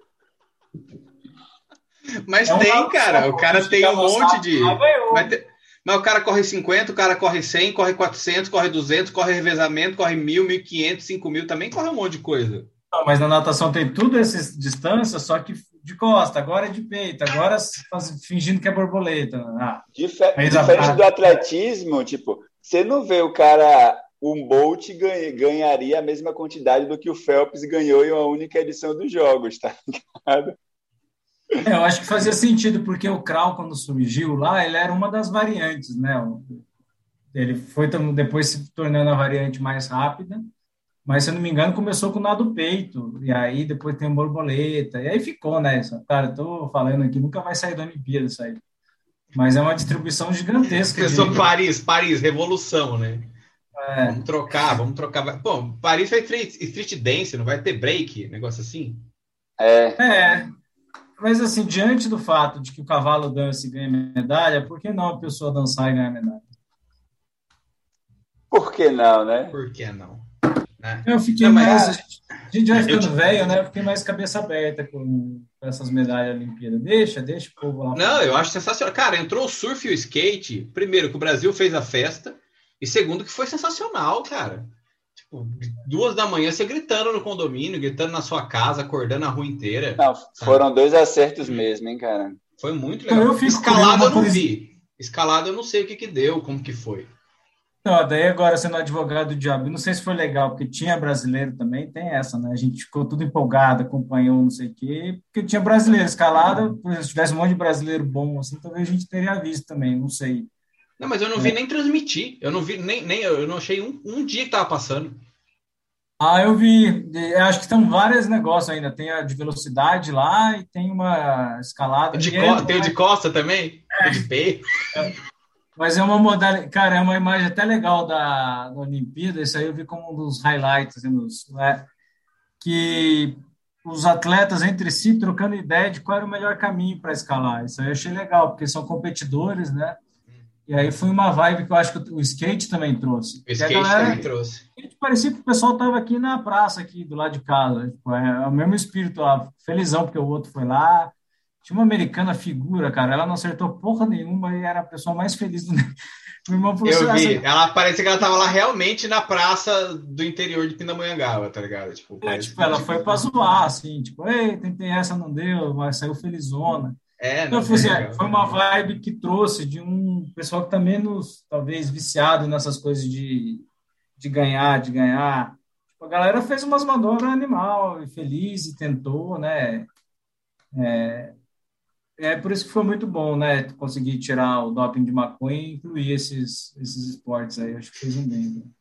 Mas é um tem, cara. O cara tem um monte de... Mas, tem... Mas o cara corre cinquenta, o cara corre cem, corre quatrocentos, corre duzentos, corre revezamento, corre mil, mil e quinhentos, cinco mil. Também corre um monte de coisa. Não, mas na natação tem tudo essas distâncias, só que de costa. Agora é de peito. Agora faz, fingindo que é borboleta. Ah, Difer- diferente a... do atletismo, tipo, você não vê o cara... Um Bolt ganha, ganharia a mesma quantidade do que o Phelps ganhou em uma única edição dos Jogos, tá ligado? É, eu acho que fazia sentido, porque o crawl, quando surgiu lá, ele era uma das variantes, né? Ele foi depois se tornando a variante mais rápida, mas se eu não me engano começou com o nó do peito, e aí depois tem a borboleta, e aí ficou, né? Cara, eu tô falando aqui, nunca vai sair da Olimpíada isso aí. Mas é uma distribuição gigantesca de... Pensou Paris, Paris, revolução, né? É, Vamos trocar, vamos trocar. Bom, Paris vai ter street dance, não vai ter break, negócio assim? É, é, mas assim, diante do fato de que o cavalo dança e ganha medalha, por que não a pessoa dançar e ganhar medalha? por que não, né? Por que não? Né? Eu fiquei Não, mais. mas- A gente, a gente vai Eu ficando te- velho, né? Eu fiquei mais cabeça aberta com, com essas medalhas Olimpíadas. Deixa, deixa o povo lá. Não, eu acho sensacional. Cara, entrou o surf e o skate. Primeiro, que o Brasil fez a festa. E segundo, que foi sensacional, cara. Tipo, duas da manhã, você gritando no condomínio, gritando na sua casa, acordando a rua inteira. Não, sabe? foram dois acertos mesmo, hein, cara? Foi muito Então, legal. eu fico Escalada com eu não uma vi. Escalada eu não sei o que que deu, como que foi. Não, daí agora sendo advogado do diabo, eu não sei se foi legal, porque tinha brasileiro também, tem essa, né? A gente ficou tudo empolgado, acompanhou não sei o quê, porque tinha brasileiro escalada, por exemplo, se tivesse um monte de brasileiro bom, assim, talvez a gente teria visto também, não sei. Não, mas eu não vi nem transmitir. Eu não vi nem, nem eu não achei um, um dia que tava passando. Ah, eu vi, eu acho que tem vários negócios ainda, tem a de velocidade lá e tem uma escalada. De e co- é- Tem o de costa também? O de peito. Mas é uma modalidade, cara, é uma imagem até legal da, da Olimpíada, isso aí eu vi como um dos highlights, assim, dos, né, que os atletas entre si trocando ideia de qual era o melhor caminho para escalar. Isso aí eu achei legal, porque são competidores, né? E aí foi uma vibe que eu acho que o skate também trouxe. O Que a skate galera, também trouxe. parecia que o pessoal estava aqui na praça, aqui do lado de casa. Tipo, é, é o mesmo espírito lá, felizão, porque o outro foi lá. Tinha uma americana figura, cara, ela não acertou porra nenhuma e era a pessoa mais feliz do mundo. Meu irmão falou Eu assim, vi. "Ah, Ela parecia que ela tava lá realmente na praça do interior de Pindamonhangaba, tá ligado? Tipo, é, parece tipo, que, ela tipo, foi pra zoar, assim, tipo, ei, tentei essa, não deu, mas saiu felizona. É, Então, não, foi, foi assim, legal. foi uma vibe que trouxe de um pessoal que tá menos, talvez, viciado nessas coisas de, de ganhar, de ganhar. Tipo, a galera fez umas manobras animal, e feliz, e tentou, né? É por isso que foi muito bom, né? Conseguir tirar o doping de maconha e incluir esses, esses esportes aí. Acho que fez um bem. Né?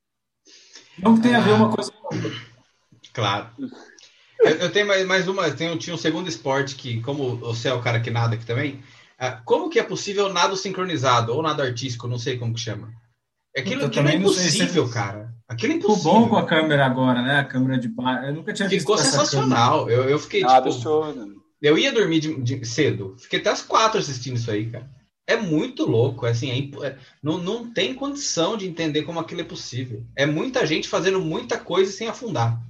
Não que tenha a ver Ah, uma coisa com a outra. claro. Eu, eu tenho mais, mais uma, eu tenho, tinha um segundo esporte que, como você é o cara que nada aqui também, ah, como que é possível nado sincronizado ou nado artístico, não sei como que chama. Aquilo, Eu aquilo é também não sei se impossível, cara. Aquilo é ficou bom com impossível. a câmera agora, né? A câmera de baixo. Eu nunca tinha visto Ficou com essa câmera. sensacional. Eu, eu fiquei, É um tipo, absurdo. eu ia dormir de, de- cedo. Fiquei até as quatro assistindo isso aí, cara. É muito louco. É assim, é impo- é- não, não tem condição de entender como aquilo é possível. É muita gente fazendo muita coisa sem afundar.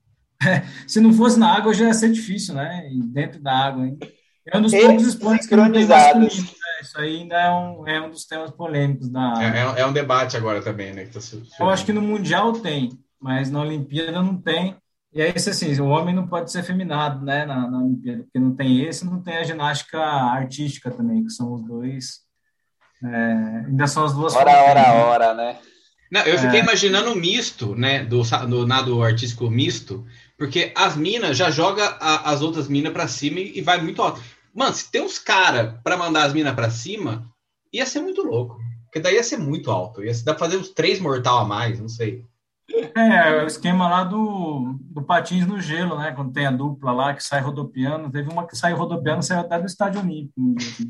Se não fosse na água, já ia ser difícil, né? E dentro da água, hein? É um dos E poucos esportes que não tem sincronizados. masculino, né? Isso aí ainda é um, é um dos temas polêmicos da. É, é- é um debate agora também, né? Que tá su- Eu acho que surgindo. no Mundial tem, mas na Olimpíada não tem. E aí, assim, o homem não pode ser feminado, né, na, na Olimpíada, porque não tem esse, não tem a ginástica artística também, que são os dois, é, ainda são as duas Hora, fronteiras, hora, né? hora, né? Não, eu fiquei imaginando o misto, né? Do, sa- do nado artístico misto, porque as minas já joga a- as outras minas pra cima e, e vai muito alto. Mano, se tem uns caras pra mandar as minas pra cima, ia ser muito louco. Porque daí ia ser muito alto. Ia dar pra fazer uns três mortal a mais, não sei. É, o esquema lá do, do patins no gelo, né, quando tem a dupla lá que sai rodopiando, teve uma que saiu rodopiando, saiu até do Estádio Olímpico. Um dia, assim.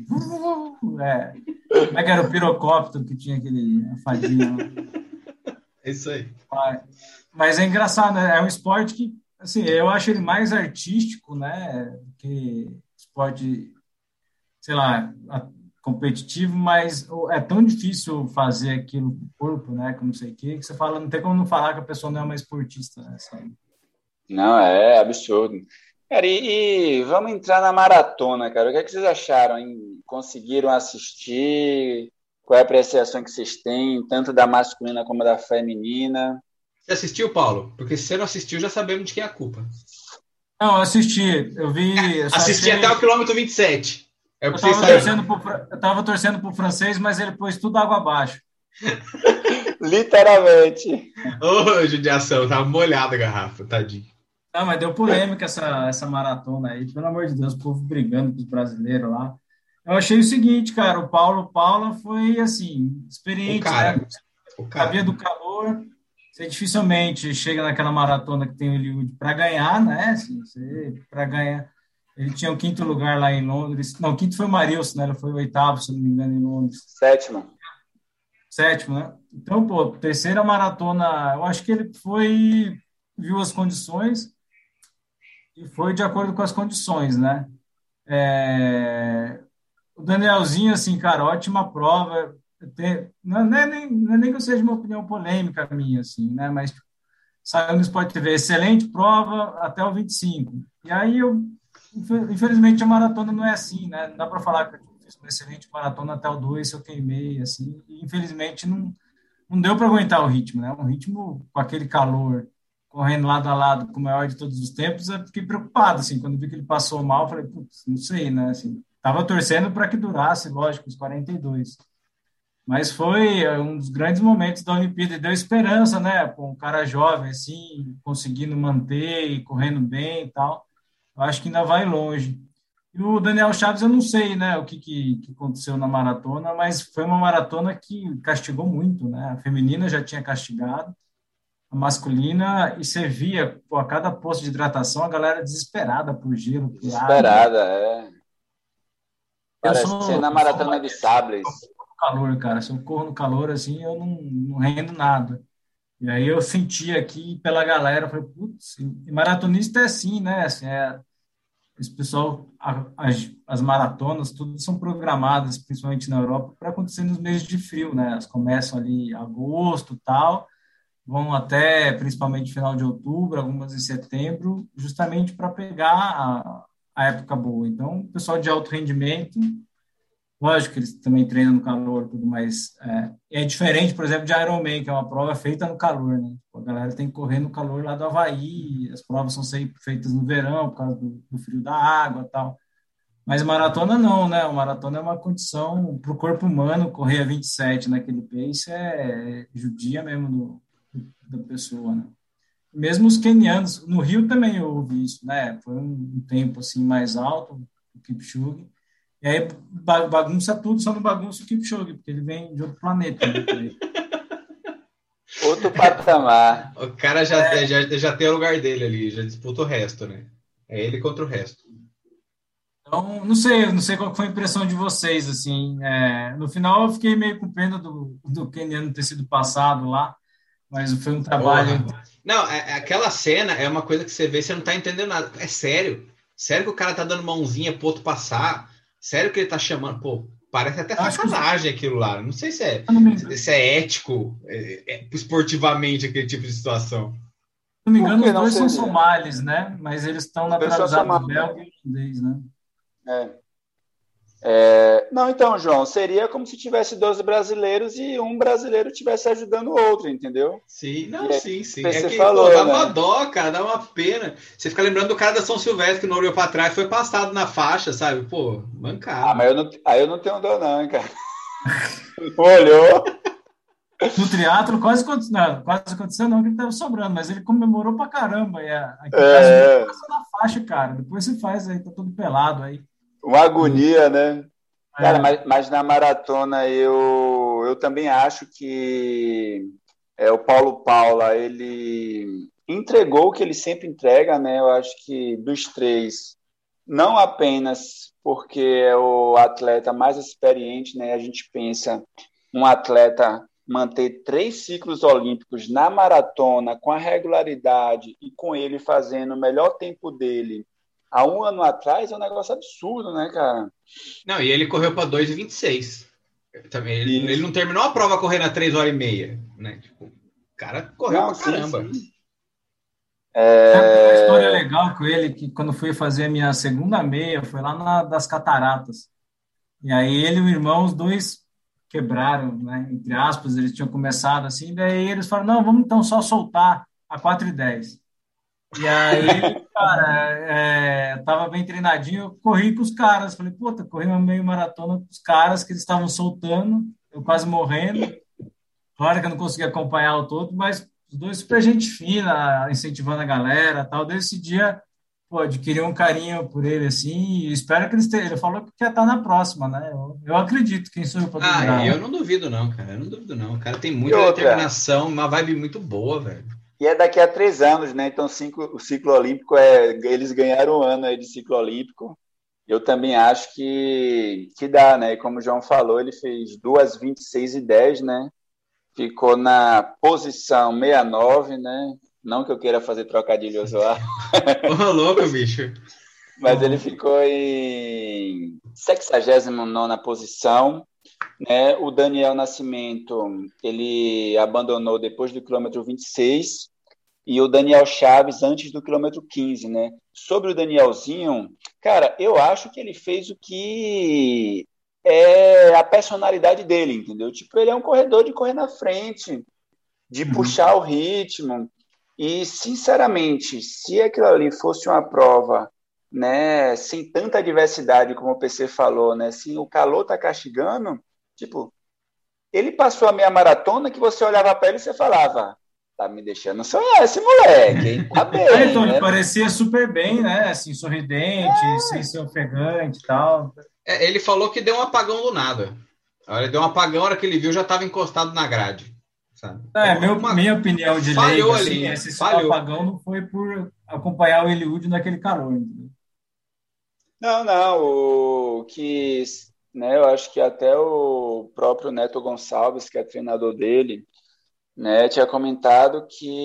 É, como é que era o pirocóptero que tinha aquele a fadinha lá? É isso aí. Mas é engraçado, né? É um esporte que, assim, eu acho ele mais artístico, né? Que esporte, sei lá, a- competitivo, mas o- é tão difícil fazer aquilo com o corpo, né? Com não sei o quê, que você fala, não tem como não falar que a pessoa não é uma esportista, né? Sabe? Não, é absurdo. Cara, e, e vamos entrar na maratona, cara. O que é que vocês acharam, hein? Conseguiram assistir? Qual é a apreciação que vocês têm, tanto da masculina como da feminina? Você assistiu, Paulo? Porque se você não assistiu, já sabemos de quem é a culpa. Não, eu assisti, eu vi. Eu só Assisti achei- até o quilômetro vinte e sete. É o Eu que vocês tava, saíram. torcendo pro, Fra- eu tava torcendo pro francês, mas ele pôs tudo água abaixo. Literalmente. Ô, judiação, tava molhada a garrafa, tadinho. Não, mas deu polêmica essa, essa maratona aí, pelo amor de Deus, o povo brigando com os brasileiros lá. Eu achei o seguinte, cara, o Paulo Paula foi, assim, O experiente, né? cara, o Sabia cara. do calor. Você dificilmente chega naquela maratona que tem o Eliud para ganhar, né? Assim, você, para ganhar. Ele tinha o quinto lugar lá em Londres. Não, o quinto foi o Marilson, né? Ele foi o oitavo, se não me engano, em Londres. Sétimo. Sétimo, né? Então, pô, terceira maratona, eu acho que ele foi, viu as condições e foi de acordo com as condições, né? É, o Danielzinho, assim, cara, ótima prova. Tem- não, não é nem, não é nem que eu seja uma opinião polêmica minha, assim, né? Mas tipo, saiu no Sport T V, excelente prova até o vinte e cinco. E aí eu, infe- infelizmente, a maratona não é assim, né? Não dá para falar que eu fiz uma excelente maratona até o dois, se eu queimei, assim. E, infelizmente, não, não deu para aguentar o ritmo, né? Um ritmo com aquele calor, correndo lado a lado com o maior de todos os tempos, eu fiquei preocupado, assim, quando vi que ele passou mal, eu falei, putz, não sei, né? Assim, tava torcendo para que durasse, lógico, os quarenta e dois. Mas foi é, um dos grandes momentos da Olimpíada e deu esperança, né? Pô, um cara jovem, assim, conseguindo manter e correndo bem e tal. Eu acho que ainda vai longe. E o Daniel Chaves, eu não sei, né, o que, que, que aconteceu na maratona, mas foi uma maratona que castigou muito, né? A feminina já tinha castigado, a masculina, e você via, pô, a cada posto de hidratação, a galera desesperada por gelo, por água. Desesperada, é. Eu Parecendo sou, a eu sou maratona de Sables. calor, cara. Se eu corro no calor, assim, eu não, não rendo nada. E aí eu senti aqui pela galera, eu falei, putz, e maratonista é assim, né? Assim, é, esse pessoal, a- as, as maratonas, tudo são programadas, principalmente na Europa, para acontecer nos meses de frio, né? Elas começam ali em agosto, tal, vão até principalmente final de outubro, algumas em setembro, justamente para pegar a, a época boa. Então, o pessoal de alto rendimento. Lógico que eles também treinam no calor e tudo, mas é, é diferente, por exemplo, de Ironman, que é uma prova feita no calor, né? Tipo, a galera tem que correr no calor lá do Havaí, as provas são sempre feitas no verão, por causa do, do frio da água e tal. Mas maratona não, né? O maratona é uma condição para o corpo humano, correr a vinte e sete naquele pace é, é judia mesmo do, da pessoa, né? Mesmo os quenianos, no Rio também eu ouvi isso, né? Foi um, um tempo assim mais alto, o Kipchoge, e aí ba- bagunça tudo, só não bagunça o Kipchoge, porque ele vem de outro planeta, né? Daí. Outro patamar. O cara já, já, já tem o lugar dele ali, já disputa o resto, né? É ele contra o resto. Então, não sei, não sei qual foi a impressão de vocês, assim, é, no final eu fiquei meio com pena do, do keniano ter sido passado lá, mas foi um trabalho. Porra. Não, é, é- aquela cena é uma coisa que você vê, você não tá entendendo nada. É sério. Sério que o cara tá dando mãozinha pro outro passar? Sério que ele tá chamando? Pô, parece até Eu acho que, se sacanagem aquilo lá. Não sei se é, eu não me, se se é ético, é, é, esportivamente, aquele tipo de situação. não me Por engano, que os não dois são seria? somalis, né? Mas eles estão Os dois são naturalizados somados. belga e holandês, né? É. É, não, então, João, seria como se tivesse doze brasileiros e um brasileiro tivesse ajudando o outro, entendeu? Sim, E não, é sim, o que sim. É você que, pô, falou, dá uma né? dó, cara, dá uma pena. Você fica lembrando do cara da São Silvestre que não olhou pra trás, foi passado na faixa, sabe? Pô, Ah, mancada. mas eu não, aí eu não tenho dó, não, cara. Não olhou? No triatlo quase aconteceu, não, quase aconteceu não, que ele estava sobrando, mas ele comemorou pra caramba. E a- aqui em casa ninguém É, passa na faixa, cara. Depois você faz aí, tá todo pelado aí. uma E, agonia, né? Cara, é, mas, mas na maratona eu, eu também acho que é, o Paulo Paula, ele entregou o que ele sempre entrega, né? Eu acho que dos três, não apenas porque é o atleta mais experiente, né? A gente pensa um atleta manter três ciclos olímpicos na maratona com a regularidade e com ele fazendo o melhor tempo dele há um ano atrás é um negócio absurdo, né, cara? Não, e ele correu para dois e vinte e seis. Também, ele, ele Isso. não terminou a prova correndo a três horas e meia, né? Tipo, o cara correu Não, pra sim, caramba. sim. sabe, tem uma história É... legal com ele, que quando fui fazer a minha segunda meia, foi lá na das Cataratas. E aí ele e o irmão, os dois quebraram, né? Entre aspas, eles tinham começado assim, daí eles falaram, não, vamos então só soltar a quatro e dez. E aí, cara, é, eu tava bem treinadinho, eu corri com os caras. Falei, puta, corri uma meio maratona com os caras que eles estavam soltando, eu quase morrendo. Claro que eu não consegui acompanhar o todo, mas os dois super gente fina, incentivando a galera, tal. Desse dia, pô, adquiri um carinho por ele, assim, e espero que ele esteja. Ele falou que quer estar na próxima, né? Eu, eu acredito, quem sou eu para Ah, duvidar. eu não duvido não, cara. Eu não duvido não. O cara tem E muita outra, determinação, uma vibe muito boa, velho. e é daqui a três anos, né? Então cinco, o ciclo olímpico é. Eles ganharam um ano aí de ciclo olímpico. Eu também acho que, que dá, né? E como o João falou, ele fez duas vinte e seis e dez, né? Ficou na posição sessenta e nove, né? Não que eu queira fazer trocadilho zoar, Ô, louco, bicho. mas ele ficou em sexagésima nona posição, né? O Daniel Nascimento, ele abandonou depois do quilômetro vinte e seis, e o Daniel Chaves antes do quilômetro quinze, né? Sobre o Danielzinho, cara, eu acho que ele fez o que é a personalidade dele, entendeu? Tipo, ele é um corredor de correr na frente, de Uhum. puxar o ritmo. E, sinceramente, se aquilo ali fosse uma prova, né, sem tanta diversidade, como o P C falou, né, se o calor tá castigando, tipo, ele passou a meia maratona que você olhava para ele e você falava, tá me deixando sonhar esse moleque, hein? Tá Ah, bem, então, ele né? parecia super bem, né? Assim, sorridente, sem ser ofegante e tal. É, ele falou que deu um apagão do nada. Olha, deu um apagão, a hora que ele viu, já estava encostado na grade. Sabe? É, Então, meu, alguma... minha opinião de leigo, falhou assim, ali, esse seu falhou. apagão não foi por acompanhar o Eliud naquele calor, entendeu? Não, não, o que, né, eu acho que até o próprio Neto Gonçalves, que é treinador dele, né, tinha comentado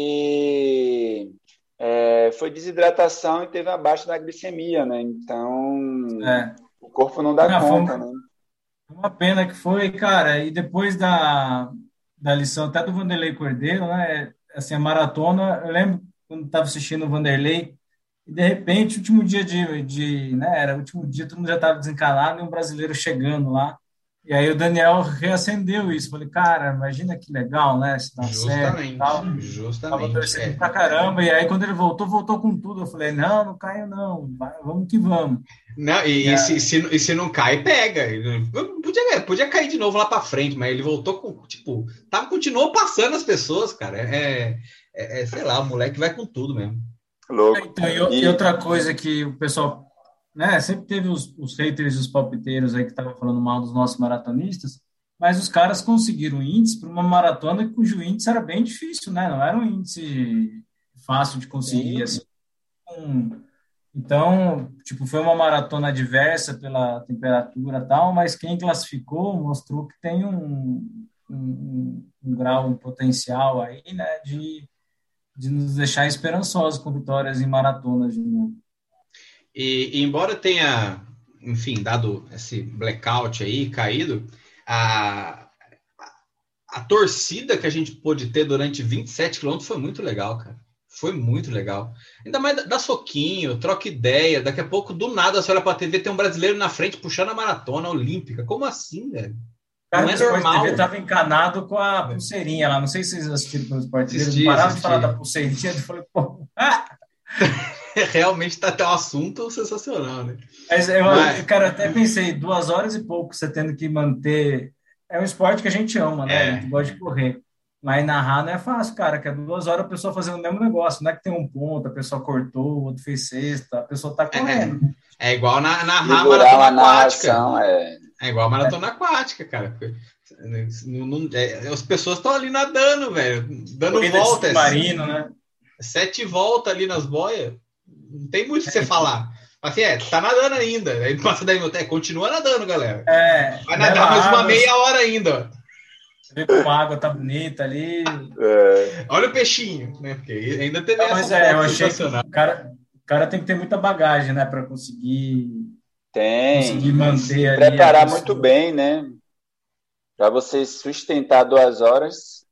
que é, foi desidratação e teve uma baixa na glicemia, né? Então É. o corpo não dá Não, foi conta, uma né? uma pena que foi, cara, e depois da, da lição até do Vanderlei Cordeiro, né? Assim, a maratona, eu lembro quando estava assistindo o Vanderlei, e de repente, último dia de, de, né? Era o último dia, todo mundo já estava desencalado e um brasileiro chegando lá. E aí o Daniel reacendeu isso. Falei, cara, imagina que legal, né? Se dá certo e Justamente, tal. Tava justamente. torcendo É. pra caramba. E aí, quando ele voltou, voltou com tudo. Eu falei, não, não caio, não. Vai, vamos que vamos. Não, E e, e se, a, se, e se não cai, pega. Podia, podia cair de novo lá pra frente, mas ele voltou com, tipo, tava, continuou passando as pessoas, cara. É, é, é, sei lá, o moleque vai com tudo mesmo. Louco. então, e, o- e E outra coisa que o pessoal, né, sempre teve os, os haters e os palpiteiros aí que estavam falando mal dos nossos maratonistas, mas os caras conseguiram índice para uma maratona cujo índice era bem difícil, né? Não era um índice fácil de conseguir, assim. sim, Um- Então, tipo, foi uma maratona adversa pela temperatura e tal, mas quem classificou mostrou que tem um, um, um grau, um potencial aí, né, de, de nos deixar esperançosos com vitórias em maratonas de novo. E, e embora tenha, enfim, dado esse blackout aí, caído, a, a torcida que a gente pôde ter durante vinte e sete quilômetros foi muito legal, cara. Foi muito legal. Ainda mais dá soquinho, troca ideia. Daqui a pouco, do nada, você olha pra T V, tem um brasileiro na frente puxando a maratona olímpica. Como assim, velho? Cara, Não o é Sport T V normal. estava encanado com a pulseirinha lá. Não sei se vocês assistiram pelo Sport T V, eles não Assistir, paravam de falar da assistir. pulseirinha. Eu falei, pô, ah! Realmente tá até um assunto sensacional, né? Mas eu, Mas, cara, até pensei, duas horas e pouco você tendo que manter. É um esporte que a gente ama, né? A gente é, gosta de correr. Mas narrar não é fácil, cara, que é duas horas a pessoa fazendo o mesmo negócio. Não é que tem um ponto, a pessoa cortou, o outro fez cesta, a pessoa tá é, é, correndo. é igual na, narrar a segurar maratona uma aquática. narração é. É igual a maratona aquática, cara. Não- não- é, as pessoas estão ali nadando, velho, dando Corrida de voltas. submarino, né? Sete voltas ali nas boias. Não tem muito o que você falar. Mas assim, é, tá nadando ainda. Aí passa daí, é, continua nadando, galera. É, Vai bela nadar mais uma água, meia hora ainda. você vê como a água tá bonita ali. É, Olha o peixinho, né? Porque ainda teve Não, essa mas é, eu foto achei que sensacional. o cara, o cara tem que ter muita bagagem, né, para conseguir, conseguir tem. E manter se ali a preparar muito pessoa. bem, né? Para você sustentar duas horas,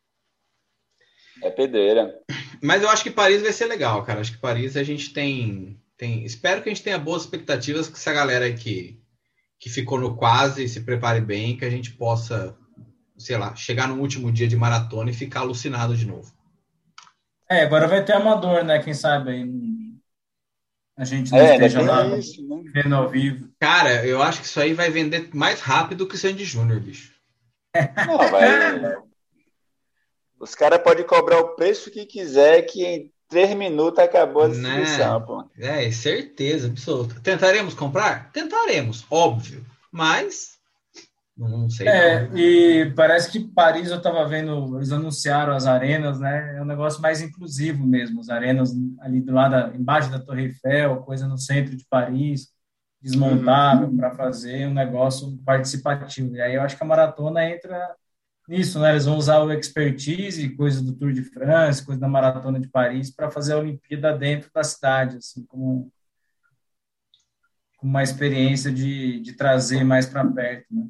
é pedreira. Mas eu acho que Paris vai ser legal, cara. Acho que Paris a gente tem. tem espero que a gente tenha boas expectativas que essa galera aí que, que ficou no quase se prepare bem, que a gente possa, sei lá, chegar no último dia de maratona e ficar alucinado de novo. É, agora vai ter amador, né, quem sabe aí a gente não É, ainda esteja lá tem isso, né? vendo ao vivo. Cara, eu acho que isso aí vai vender mais rápido que o Sandy Júnior, bicho. Não, vai. Os caras podem cobrar o preço que quiser, que três minutos acabou a Né? distribuição, pô. É, certeza absoluta. Tentaremos comprar? Tentaremos, óbvio. Mas não sei É, não. e parece que Paris, eu estava vendo, eles anunciaram as arenas, né? É um negócio mais inclusivo mesmo, as arenas ali do lado, da- embaixo da Torre Eiffel, coisa no centro de Paris, Uhum. desmontável para fazer um negócio participativo. E aí eu acho que a maratona entra nisso, né? Eles vão usar o expertise, coisa do Tour de France, coisa da Maratona de Paris, para fazer a Olimpíada dentro da cidade, assim, como, como uma experiência de, de trazer mais para perto, né?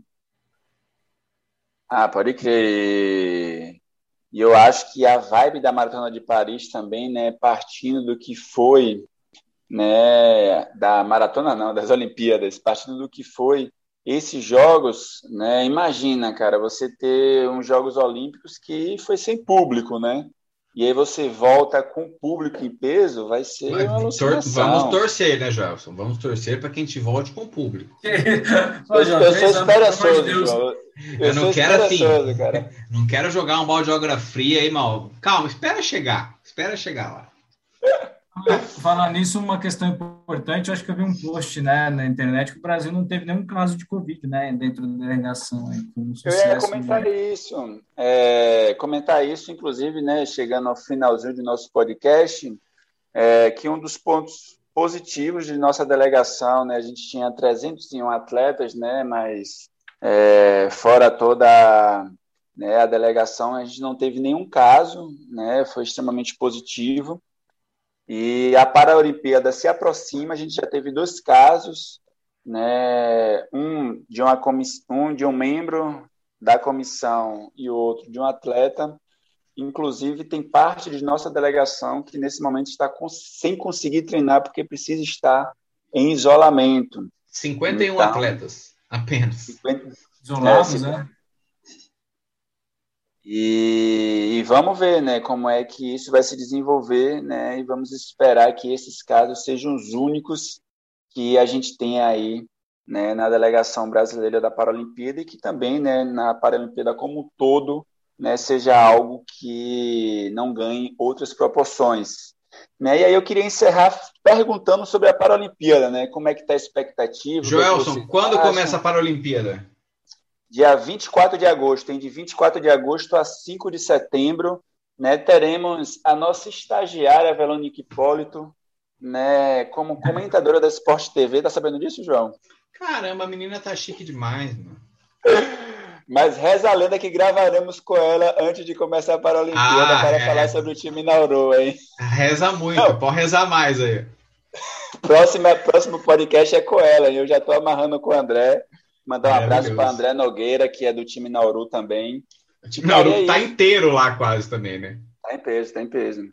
Ah, pode crer. E eu acho que a vibe da Maratona de Paris também, né, partindo do que foi, né, da maratona não, das Olimpíadas, partindo do que foi esses jogos, né, imagina, cara, você ter uns Jogos Olímpicos que foi sem público, né? E aí você volta com público em peso, vai ser Mas uma tor- vamos alucinação. torcer, né, Jefferson? Vamos torcer para que a gente volte com o público. Ô, Eu, João, eu sou três anos, pelo amor de esperançoso, Deus. João. Eu Eu sou não quero assim, esperançoso, cara. não quero jogar um balde de água fria aí, mal. Calma, espera chegar, espera chegar lá. Falar nisso, uma questão importante, eu acho que eu vi um post, né, na internet que o Brasil não teve nenhum caso de Covid, né, dentro da delegação. Aí, foi um Eu ia sucesso. comentar isso, é, comentar isso, inclusive, né, chegando ao finalzinho do nosso podcast, é, que um dos pontos positivos de nossa delegação, né, a gente tinha trezentos e um atletas, né, mas é, fora toda, né, a delegação, a gente não teve nenhum caso, né, foi extremamente positivo. E a Paralimpíada se aproxima, a gente já teve dois casos, né, um de, uma comiss... um de um membro da comissão e o outro de um atleta. Inclusive, tem parte de nossa delegação que, nesse momento, está com... sem conseguir treinar porque precisa estar em isolamento. cinquenta e um Então, atletas, apenas. cinquenta... Isolados, é, né? E, e vamos ver, né, como é que isso vai se desenvolver, né, e vamos esperar que esses casos sejam os únicos que a gente tem aí, né, na delegação brasileira da Paralimpíada e que também, né, na Paralimpíada como um todo, né, seja algo que não ganhe outras proporções. Né? E aí eu queria encerrar perguntando sobre a Paralimpíada, né, como é que está a expectativa, o que é que Joelson, vocês quando começa a acham? Paralimpíada? Dia vinte e quatro de agosto, tem de vinte e quatro de agosto a cinco de setembro, né, teremos a nossa estagiária, Verônica Hipólito, né, como comentadora da Sport T V. Tá sabendo disso, João? Caramba, a menina tá chique demais, mano. Mas reza a lenda que gravaremos com ela antes de começar a Paralimpíada Ah, para é, falar sobre o time Nauru, hein? reza muito, Não, pode rezar mais aí. próximo, próximo podcast é com ela, hein? Eu já estou amarrando com o André. Mandar um abraço para Maravilhoso. André Nogueira, que é do time Nauru também. O time E aí é Nauru tá isso. inteiro lá quase também, né? Tá em peso, tá em peso.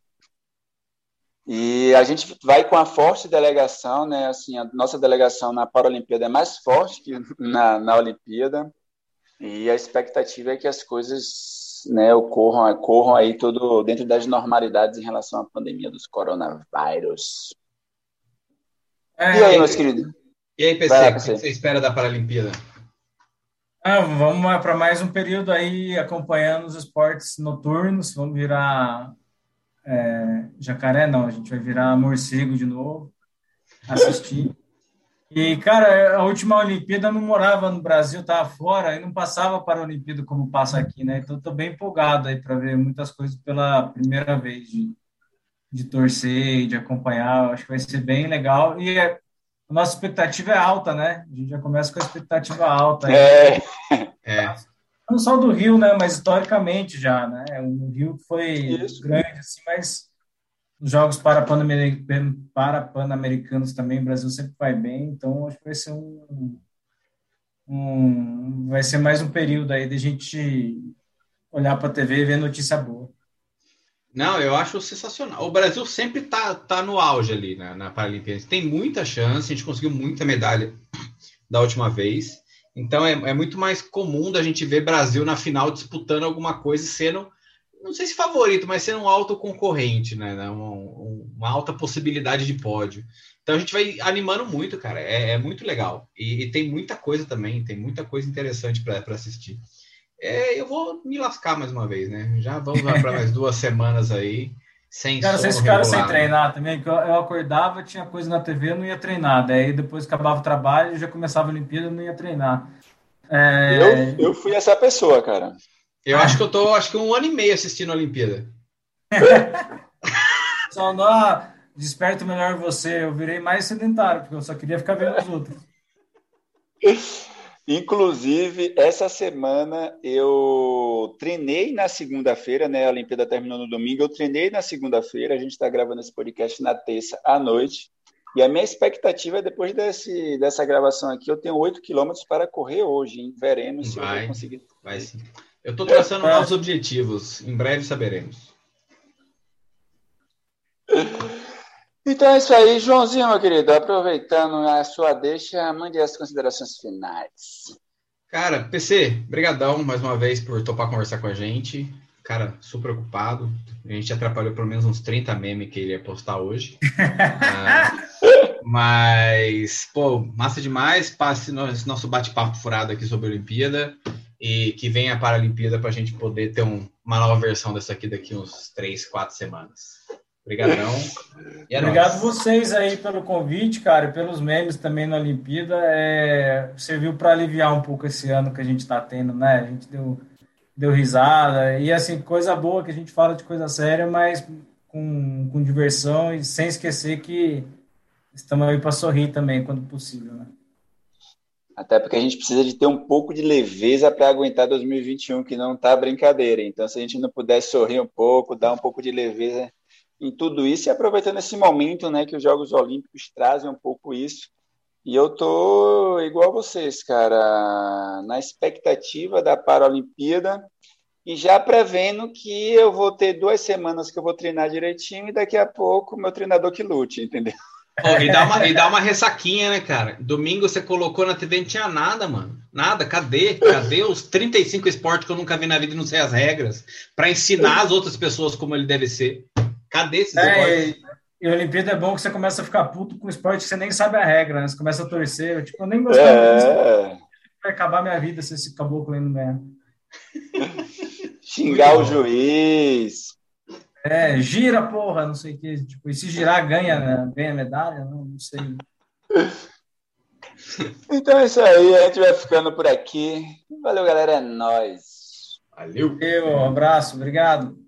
E a gente vai com a forte delegação, né? Assim, a nossa delegação na Paralimpíada é mais forte que na, na Olimpíada. E a expectativa é que as coisas, né, ocorram, ocorram aí tudo dentro das normalidades em relação à pandemia dos coronavírus. É, E aí, meus queridos? E aí, Vai lá, P C, o que P C. você espera da Paralimpíada? ah, vamos para mais um período aí acompanhando os esportes noturnos. Vamos virar é, jacaré, não, a gente vai virar morcego de novo, assistir. E, cara, a última Olimpíada eu não morava no Brasil, estava fora e não passava para a Olimpíada como passa aqui, né? Então, estou bem empolgado aí para ver muitas coisas pela primeira vez, de, de torcer, de acompanhar. Eu acho que vai ser bem legal. E é, a nossa expectativa é alta, né? A gente já começa com a expectativa alta aí. É, É, Não só do Rio, né? Mas historicamente já, né? O Rio foi isso. grande, assim, mas os Jogos Parapan-Americanos Parapan-Americanos também, o Brasil sempre vai bem, então acho que vai ser um, um vai ser mais um período aí de a gente olhar para a T V e ver notícia boa. não, eu acho sensacional. O Brasil sempre tá, tá no auge ali na, na Paralimpíada. Tem muita chance, a gente conseguiu muita medalha da última vez. Então é, é muito mais comum da gente ver Brasil na final disputando alguma coisa e sendo, não sei se favorito, mas sendo um alto concorrente, né? Uma, uma alta possibilidade de pódio. Então a gente vai animando muito, cara. É, é muito legal. E, e tem muita coisa também, tem muita coisa interessante para assistir. É, eu vou me lascar mais uma vez, né? Já vamos para mais duas semanas aí. sem Cara, sono vocês ficaram sem regular. treinar também, que eu, eu acordava, tinha coisa na T V, eu não ia treinar. Daí depois acabava o trabalho, já começava a Olimpíada, eu não ia treinar. Eu, É, eu fui essa pessoa, cara. Eu acho que eu tô, acho que um ano e meio assistindo a Olimpíada. só não ah, desperto melhor você. Eu virei mais sedentário, porque eu só queria ficar vendo os outros. Inclusive, essa semana eu treinei na segunda-feira, né? A Olimpíada terminou no domingo, eu treinei na segunda-feira, a gente está gravando esse podcast na terça à noite. E a minha expectativa é, depois desse, dessa gravação aqui, eu tenho oito quilômetros para correr hoje, hein? Veremos se eu vou Vai, conseguir. vai sim. Eu tô traçando novos objetivos. Em breve saberemos. Então é isso aí, Joãozinho, meu querido. Aproveitando a sua deixa, mande as considerações finais. Cara, P C, brigadão mais uma vez por topar conversar com a gente. Cara, super ocupado. A gente atrapalhou pelo menos uns trinta memes que ele ia postar hoje. ah, mas, pô, massa demais. Passe nosso bate-papo furado aqui sobre a Olimpíada. E que venha a Paralimpíada para a gente poder ter um, uma nova versão dessa aqui daqui uns três, quatro semanas. Obrigadão. E é Obrigado nóis. vocês aí pelo convite, cara, e pelos memes também na Olimpíada. É, serviu para aliviar um pouco esse ano que a gente está tendo, né? A gente deu, deu risada. E, assim, coisa boa que a gente fala de coisa séria, mas com, com diversão e sem esquecer que estamos aí para sorrir também, quando possível, né? Até porque a gente precisa de ter um pouco de leveza para aguentar dois mil e vinte e um, que não tá brincadeira. Então, se a gente não puder sorrir um pouco, dar um pouco de leveza em tudo isso, e aproveitando esse momento, né, que os Jogos Olímpicos trazem um pouco isso. E eu tô igual a vocês, cara, na expectativa da Paralimpíada e já prevendo que eu vou ter duas semanas que eu vou treinar direitinho e daqui a pouco meu treinador que lute, entendeu? Oh, e, dá uma, e dá uma ressaquinha, né, cara? Domingo você colocou na T V e não tinha nada, mano. Nada. Cadê? Cadê os trinta e cinco esportes que eu nunca vi na vida e não sei as regras? Pra ensinar as outras pessoas como ele deve ser. Cadê esses É, esportes? e, e a Olimpíada é bom que você começa a ficar puto com o esporte que você nem sabe a regra, né? Você começa a torcer. Eu, tipo, eu nem gostava disso. É, Vai acabar minha vida se esse caboclo aí não ganhar. xingar o juiz. É, gira, porra, não sei o que. Tipo, e se girar, ganha, né? Ganha medalha? Não, não sei. Então é isso aí, a gente vai ficando por aqui. Valeu, galera, é nóis. Valeu! Eu, um abraço, obrigado.